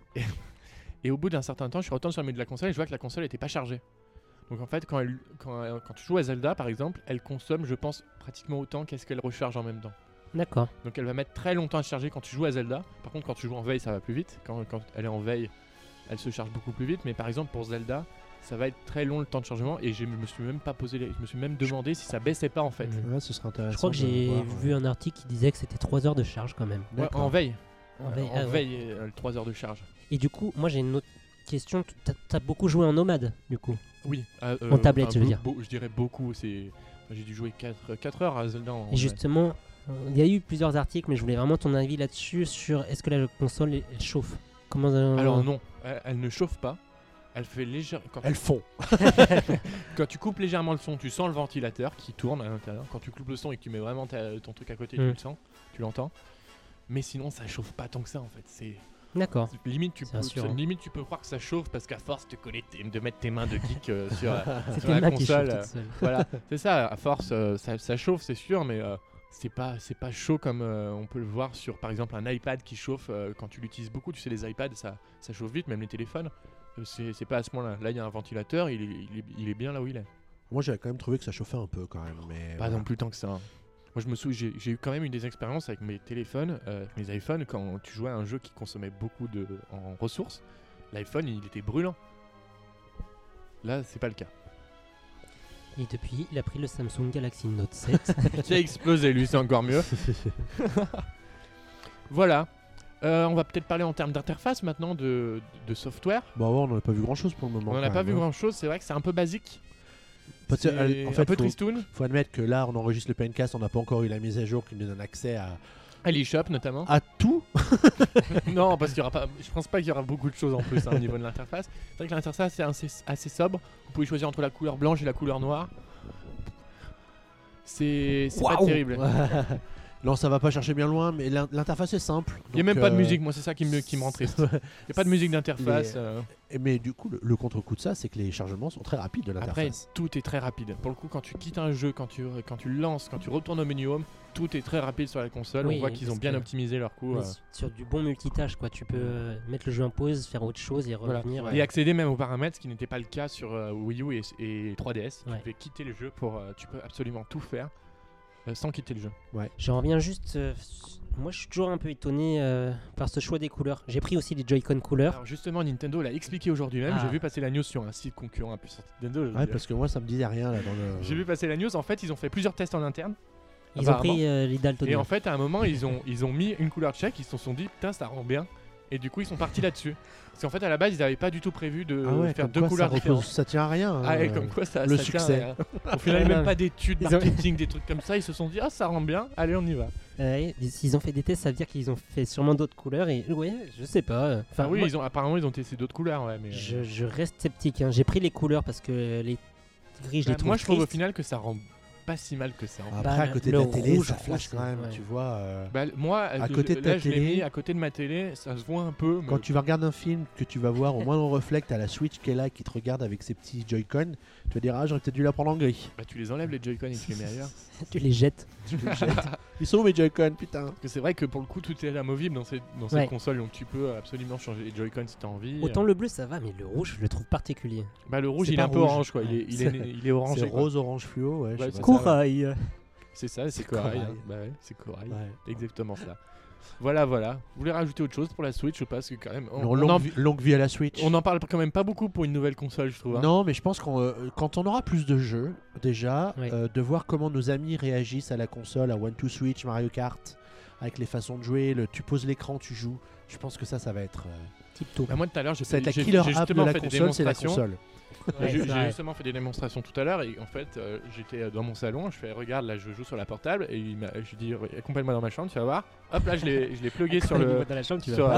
Et au bout d'un certain temps, je retourne sur le menu de la console et je vois que la console n'était pas chargée. Donc en fait, quand, elle, quand, euh, quand tu joues à Zelda, par exemple, elle consomme, je pense, pratiquement autant qu'est-ce qu'elle recharge en même temps. D'accord. Donc elle va mettre très longtemps à se charger quand tu joues à Zelda. Par contre, quand tu joues en veille, ça va plus vite. Quand, quand elle est en veille, elle se charge beaucoup plus vite. Mais par exemple, pour Zelda, ça va être très long le temps de chargement. Et je me suis même pas posé, les- je me suis même demandé si ça baissait pas en fait. Mhm. Ouais, ce serait intéressant. Je crois que de j'ai voir, vu un article qui disait que c'était trois heures de charge quand même. Ouais, D'accord. en veille. En Euh, veille, en ah ouais. veille, euh, trois heures de charge. Et du coup, moi j'ai une autre question. T'as- T'as beaucoup joué en nomade du coup. Oui. euh, En tablette, je veux beau- dire. beau- je dirais beaucoup. C'est, enfin, j'ai dû jouer quatre heures à Zelda. En Et justement, euh, il y a eu plusieurs articles, mais je voulais vraiment ton avis là-dessus sur est-ce que la console elle, elle chauffe. Comment euh, Alors non, elle, elle ne chauffe pas. Elle fait légèrement. Quand, Elles font. quand tu coupes légèrement le son, tu sens le ventilateur qui tourne à l'intérieur. Quand tu coupes le son et que tu mets vraiment ta- ton truc à côté, tu Mm. le sens, tu l'entends. Mais sinon, ça chauffe pas tant que ça en fait. C'est D'accord. c'est- limite tu C'est peux, rassurant. c'est- limite tu peux croire que ça chauffe parce qu'à force de coller tes- de mettre tes mains de geek euh, sur, euh, C'est sur tes la mains qui chauffent console. euh, toutes seules. voilà, c'est ça. À force, euh, ça, ça chauffe, c'est sûr, mais euh, c'est pas c'est pas chaud comme euh, on peut le voir sur par exemple un iPad qui chauffe euh, quand tu l'utilises beaucoup. Tu sais, les iPads ça ça chauffe vite, même les téléphones. Euh, c'est c'est pas à ce point-là. Là, il y a un ventilateur, il est, il, est, il est bien là où il est. Moi, j'avais quand même trouvé que ça chauffait un peu quand même. Mais Pas voilà. non plus tant que ça. hein. Moi, je me souviens, j'ai- j'ai eu quand même eu des expériences avec mes téléphones, euh, mes iPhones, quand tu jouais à un jeu qui consommait beaucoup de en ressources. L'iPhone, il était brûlant. Là, c'est pas le cas. Et depuis, il a pris le Samsung Galaxy Note sept. Qui a explosé, lui, c'est encore mieux. Voilà. Euh, on va peut-être parler en termes d'interface maintenant, de, de software. Bon, ouais, on n'en a pas vu grand chose pour le moment. on n'en a quand pas même, vu hein. grand chose, c'est vrai que c'est un peu basique. Parce que, C'est euh, en fait, un peu faut- tristoun. Faut admettre que là, on enregistre le Pencast, on n'a pas encore eu la mise à jour qui nous donne accès à, À l'eShop notamment. à tout. Non, parce qu'il y aura pas. Je pense pas qu'il y aura beaucoup de choses en plus hein, au niveau de l'interface. C'est vrai que l'interface est assez, assez sobre. Vous pouvez choisir entre la couleur blanche et la couleur noire. C'est c'est pas Waouh. terrible. Non, ça va pas chercher bien loin, mais l'in- l'interface est simple. Il y a donc, même pas de euh, musique, moi c'est ça qui me, qui me rend triste. Il y a pas de musique d'interface. Les- euh. et- Mais du coup, le, le contre-coup de ça, c'est que les chargements sont très rapides de Après, l'interface. tout est très rapide. Pour le coup, quand tu quittes un jeu, quand tu, quand tu le lances, quand tu retournes au menu home, tout est très rapide sur la console. Oui, On voit qu'ils ont parce bien que- optimisé leur coup. Mais euh. s- sur du bon multitâche, quoi. Tu peux euh, mettre le jeu en pause, faire autre chose et Voilà. revenir. Et euh, accéder même aux paramètres, ce qui n'était pas le cas sur euh, Wii U et, et trois D S. Ouais. Tu pouvais quitter le jeu pour. euh, tu peux absolument tout faire euh, sans quitter le jeu. J'en reviens juste. euh, s- moi, je suis toujours un peu étonné euh, par ce choix des couleurs. J'ai pris aussi les Joy-Con couleurs. Alors justement, Nintendo l'a expliqué aujourd'hui même. Ah. J'ai vu passer la news sur un site concurrent à plus Nintendo. je veux Ouais, dire. parce que moi, ça me disait rien là dans le. J'ai vu passer la news. En fait, ils ont fait plusieurs tests en interne. Ils ont apparemment. pris euh, les Et daltoniens. en fait, à un moment, ils ont, ils ont mis une couleur check. Ils se sont dit, putain, ça rend bien. Et du coup, ils sont partis là-dessus. Parce qu'en fait, à la base, ils n'avaient pas du tout prévu de Ah ouais, faire comme deux quoi, couleurs ça, différentes. repose- ça tient à rien. Ah, et hein. comme quoi ça, le ça tient succès. à rien. Au final, Ouais, même non. pas d'études Ils ont- marketing, des trucs comme ça. Ils se sont dit, ah, ça rend bien. Allez, on y va. Ouais, s'ils ont fait des tests, ça veut dire qu'ils ont fait sûrement d'autres couleurs. Et ouais, je sais pas. euh, Enfin, Enfin, oui, moi, ils ont, apparemment, ils ont testé d'autres couleurs. Ouais, mais, euh, je, je reste sceptique. hein. J'ai pris les couleurs parce que les gris, je bah, les trouve moi, je trouve au tristes. final que ça rend pas si mal que ça. en fait. Après, Bah, à côté le de la télé, rouge, ça flash rouge, quand même, ouais. tu vois. euh, Bah, moi, À je- côté de ta là, je l'ai télé- mis à côté de ma télé, ça se voit un peu. Mais Quand tu vas regarder un film, que tu vas voir au moindre reflet, t'as la Switch qui est là, qui te regarde avec ses petits Joy-Con, tu vas dire, ah, j'aurais peut-être dû la prendre en gris. bah, tu les enlèves les Joy-Con et tu les mets ailleurs. Tu les jettes. Tu les jettes. Ils sont où mes Joy-Con, putain? Parce que c'est vrai que pour le coup, tout est amovible dans cette, dans cette Ouais. console, donc tu peux absolument changer les Joy-Con si t'as envie. Autant le bleu ça va, mais le rouge je le trouve particulier. Bah, le rouge, C'est il est pas un peu rouge. orange, quoi. Il, est, Ouais. il, est, il est orange. C'est rose, orange fluo, ouais. je Ouais, sais c'est pas. ça. Corail. C'est ça, c'est C'est corail. corail. hein. Bah ouais, c'est corail. Ouais. Exactement ça. Voilà, voilà. Vous voulez rajouter autre chose pour la Switch ou pas? Parce que quand même, on, Alors, on longue, en, vie, longue vie à la Switch. on en parle quand même pas beaucoup pour une nouvelle console, je trouve. hein. Non, mais je pense qu'on, euh, quand on aura plus de jeux, déjà, Ouais. euh, de voir comment nos amis réagissent à la console, à One to Switch, Mario Kart, avec les façons de jouer, le, tu poses l'écran, tu joues. Je pense que ça, ça va être, euh, Type tout. Bah, moi, tout à l'heure, j'ai ça va fait, être la j'ai- killer j'ai app de justement la fait des console, c'est la démonstrations. console. Ouais, J'ai c'est j'ai vrai. justement fait des démonstrations tout à l'heure et en fait euh, j'étais euh, dans mon salon, je fais regarde là je joue sur la portable et il m'a, je lui dis re- accompagne-moi dans ma chambre, tu vas voir. Hop là je l'ai, je l'ai plugué sur le, dans la chambre, tu sur- vas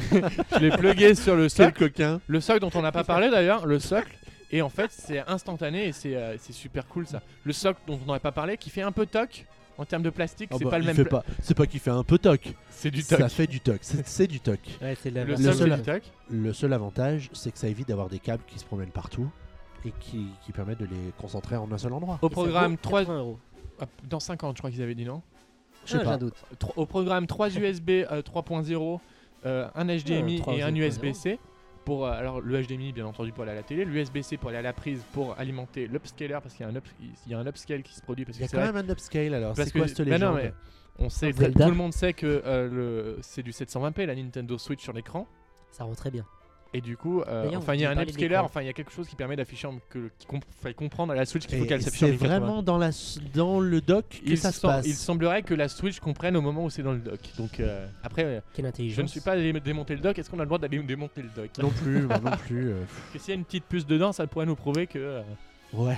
je l'ai plugué sur le Quel socle, coquin. le socle dont on n'a pas parlé d'ailleurs, le socle. Et en fait c'est instantané et c'est, euh, c'est super cool ça. Le socle dont on n'aurait pas parlé qui fait un peu toc en termes de plastique, Oh c'est bah, pas le il même. fait pla- pas- C'est pas qu'il fait un peu toc. C'est du toc. Ça fait du toc. C'est c'est du toc. Ouais, c'est la Le Le socle seul- c'est du toc. Le seul avantage, c'est que ça évite d'avoir des câbles qui se promènent partout et qui, qui permettent de les concentrer en un seul endroit. Au programme trois quatre-vingts euros. ah, dans cinquante je crois qu'ils avaient dit non. Je sais Ah, pas. j'ai un doute. Tro- Au programme trois U S B euh, trois point zéro, euh, un H D M I Ah, et un trois U S B C. Pour, euh, alors le H D M I bien entendu pour aller à la télé, l'U S B C pour aller à la prise pour alimenter l'upscaler parce qu'il y a un, up- il y a un upscale qui se produit parce Il y a que c'est quand vrai même un upscale alors. parce C'est quoi que- cette bah non, légende mais on sait, Zelda. tout le monde sait que euh, le, c'est du sept cent vingt p la Nintendo Switch sur l'écran Ça rend très bien. et du coup euh, D'ailleurs, enfin vous il y a pouvez un parler de upscaler, l'écran. enfin il y a quelque chose qui permet d'afficher en- que, qui comp- faille comprendre à la Switch qu'il faut Et qu'elle s'affiche en c'est mille quatre-vingts. vraiment dans, la, dans le dock que il, ça se sem- passe. il semblerait que la Switch comprenne au moment où c'est dans le dock. Donc euh, après euh, Quelle intelligence. je ne suis pas allé démonter le dock, est-ce qu'on a le droit d'aller démonter le dock? Non plus, moi non plus. euh, Parce que s'il y a une petite puce dedans, ça pourrait nous prouver que euh, Ouais.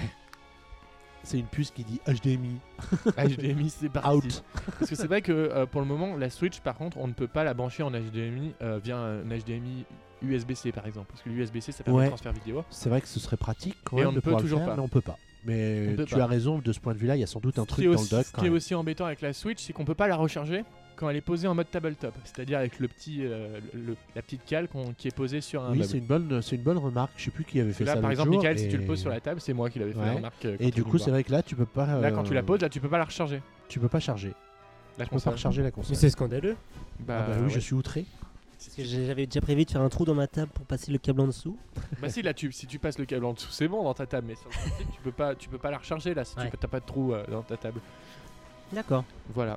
C'est une puce qui dit H D M I. H D M I c'est parti. Out. Parce que c'est vrai que euh, pour le moment, la Switch par contre, on ne peut pas la brancher en H D M I euh, via un H D M I U S B C par exemple. Parce que l'U S B C ça permet Ouais. le transfert vidéo. C'est vrai que ce serait pratique quand Et même on de ne peut pouvoir toujours le faire, pas. mais on peut pas. Mais On peut tu pas. as raison, de ce point de vue-là, il y a sans doute un Ce qui truc est dans aussi, le dock. ce quand qui est même. aussi embêtant avec la Switch, c'est qu'on peut pas la recharger quand elle est posée en mode tabletop. C'est-à-dire avec le petit, euh, le- la petite cale qu'on- qui est posée sur un Oui, meuble. c'est une bonne, c'est une bonne remarque. Je sais plus qui avait fait Là ça. par l'autre exemple, jour, Michael, si et- tu le poses sur la table, c'est moi qui l'avais fait Ouais. la remarque. euh, quand Et il du est coup, venu c'est voir. vrai que là, tu peux pas. Là, quand tu la euh, poses, là, tu peux pas la recharger. tu peux pas charger. La Tu peux pas console. recharger la Mais console. c'est scandaleux. Bah, Ah bah oui, ouais. je suis outré. Parce que j'avais déjà prévu de faire un trou dans ma table pour passer le câble en dessous. Bah si, là, tu, si tu passes le câble en dessous, c'est bon dans ta table, mais sur le principe, tu peux pas, tu peux pas la recharger là si Ouais. tu t'as pas de trou euh, dans ta table. D'accord. Voilà.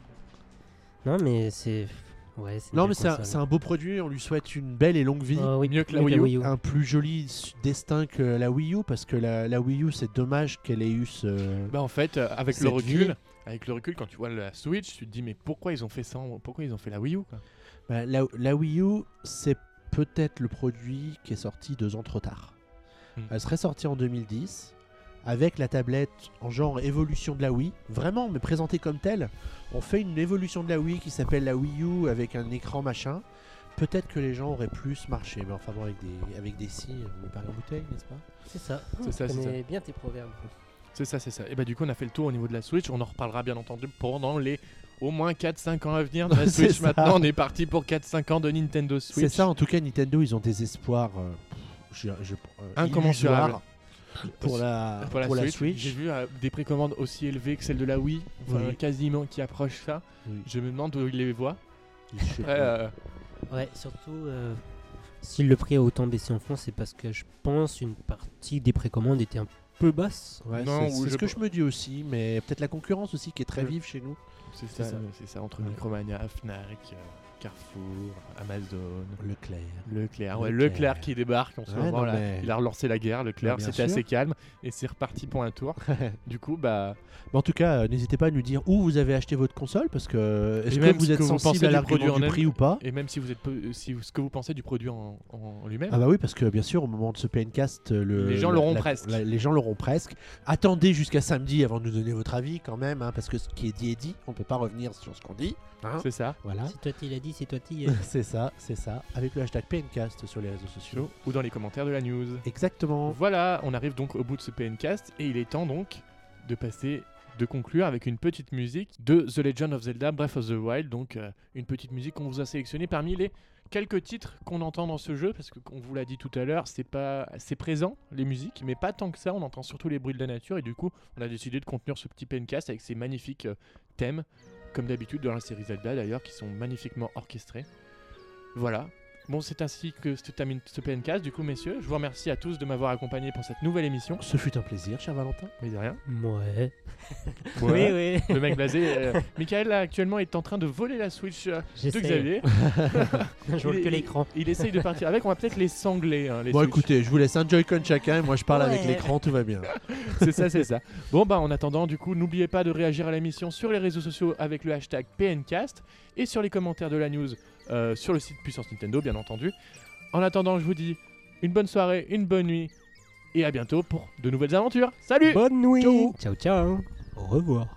Non, mais c'est. Ouais, c'est une Non, belle mais c'est un, console. c'est un beau produit. On lui souhaite une belle et longue vie. Oh, oui, Mieux que la mieux Wii U. Un plus joli s- destin que la Wii U, parce que la, la Wii U, c'est dommage qu'elle ait eu ce. Bah en fait, euh, avec le Cette recul, vie. avec le recul, quand tu vois la Switch, tu te dis mais pourquoi ils ont fait ça en- Pourquoi ils ont fait la Wii U quoi? Bah, la, la Wii U, c'est peut-être le produit qui est sorti deux ans trop tard. Hmm. Elle serait sortie en deux mille dix, avec la tablette en genre évolution de la Wii, vraiment, mais présentée comme telle. On fait une évolution de la Wii qui s'appelle la Wii U avec un écran machin. Peut-être que les gens auraient plus marché, mais enfin bon, avec des, avec des scies, on met pas en bouteille, n'est-ce pas? C'est ça. C'est ça, Je c'est connais bien tes proverbes. C'est ça, c'est ça. Et bah du coup, on a fait le tour au niveau de la Switch. On en reparlera bien entendu pendant les au moins quatre cinq ans à venir de la C'est Switch. ça. Maintenant, on est parti pour quatre cinq ans de Nintendo Switch. C'est ça, en tout cas, Nintendo, ils ont des espoirs euh, je- je- euh, Incommensurables. illusoires pour la, Pour la pour la Switch, Switch. j'ai vu euh, des précommandes aussi élevées que celles de la Wii, enfin, Oui. quasiment qui approchent ça. Oui. Je me demande où ils les voient. Je sais Après, pas. euh, Ouais, surtout, euh, si le prix a autant baissé en France, c'est parce que je pense une partie des précommandes était un peu basse. Ouais, non, c'est ou c'est je ce que pe- je me dis aussi, mais peut-être la concurrence aussi qui est très Ouais. vive chez nous. c'est C'est ça, ça. c'est ça entre Ouais. Micromania, Fnac, euh, Carrefour, Amazon. Leclerc. Leclerc, ouais, Leclerc. Leclerc qui débarque en ce Ouais, moment non, là. mais- Il a relancé la guerre, Leclerc, Bah, bien c'était sûr. assez calme et c'est reparti pour un tour. Du coup, bah, Mais en tout cas, euh, n'hésitez pas à nous dire où vous avez acheté votre console, parce que est-ce Et que même vous ce êtes que vous sensible pensez à du l'argument produit en du elle- prix ou pas? et même si vous êtes peu, si vous- ce que vous pensez du produit en, en lui-même. Ah bah oui, parce que bien sûr, au moment de ce P N cast, le, Les gens la- l'auront la- presque. la- les gens l'auront presque. Attendez jusqu'à samedi avant de nous donner votre avis quand même, hein, parce que ce qui est dit est dit. On peut pas revenir sur ce qu'on dit. hein. C'est ça. Voilà. C'est toi qui l'as dit, c'est toi qui. C'est ça, c'est ça. Avec le hashtag P N cast sur les réseaux sociaux. Ou dans les commentaires de la news. Exactement. Voilà, on arrive donc au bout de ce P N cast et il est temps donc de passer de conclure avec une petite musique de The Legend of Zelda Breath of the Wild, donc euh, une petite musique qu'on vous a sélectionnée parmi les quelques titres qu'on entend dans ce jeu, parce que on vous l'a dit tout à l'heure, c'est pas, c'est présent les musiques, mais pas tant que ça. On entend surtout les bruits de la nature et du coup, on a décidé de contenir ce petit pencast avec ces magnifiques euh, thèmes, comme d'habitude dans la série Zelda d'ailleurs, qui sont magnifiquement orchestrés. Voilà. Bon, c'est ainsi que se termine ce pencast. Du coup, messieurs, je vous remercie à tous de m'avoir accompagné pour cette nouvelle émission. Ce fut un plaisir, cher Valentin. Mais de rien. Ouais. Ouais. Oui, oui. Le mec blasé. Euh, Michael, là, actuellement, est en train de voler la Switch euh, de J'essaie. Xavier. Je vois Il que est- l'écran. Il essaye de partir avec. On va peut-être les sangler. Hein, les Bon, Switch. écoutez, je vous laisse un Joy-Con chacun. Moi, je parle avec Ouais. l'écran, tout va bien. C'est ça, c'est ça. Bon, bah, en attendant, du coup, n'oubliez pas de réagir à l'émission sur les réseaux sociaux avec le hashtag P N cast et sur les commentaires de la news euh, sur le site Puissance Nintendo, bien entendu. En attendant, je vous dis une bonne soirée, une bonne nuit et à bientôt pour de nouvelles aventures. Salut! Bonne nuit. Ciao. Ciao, ciao. Au revoir.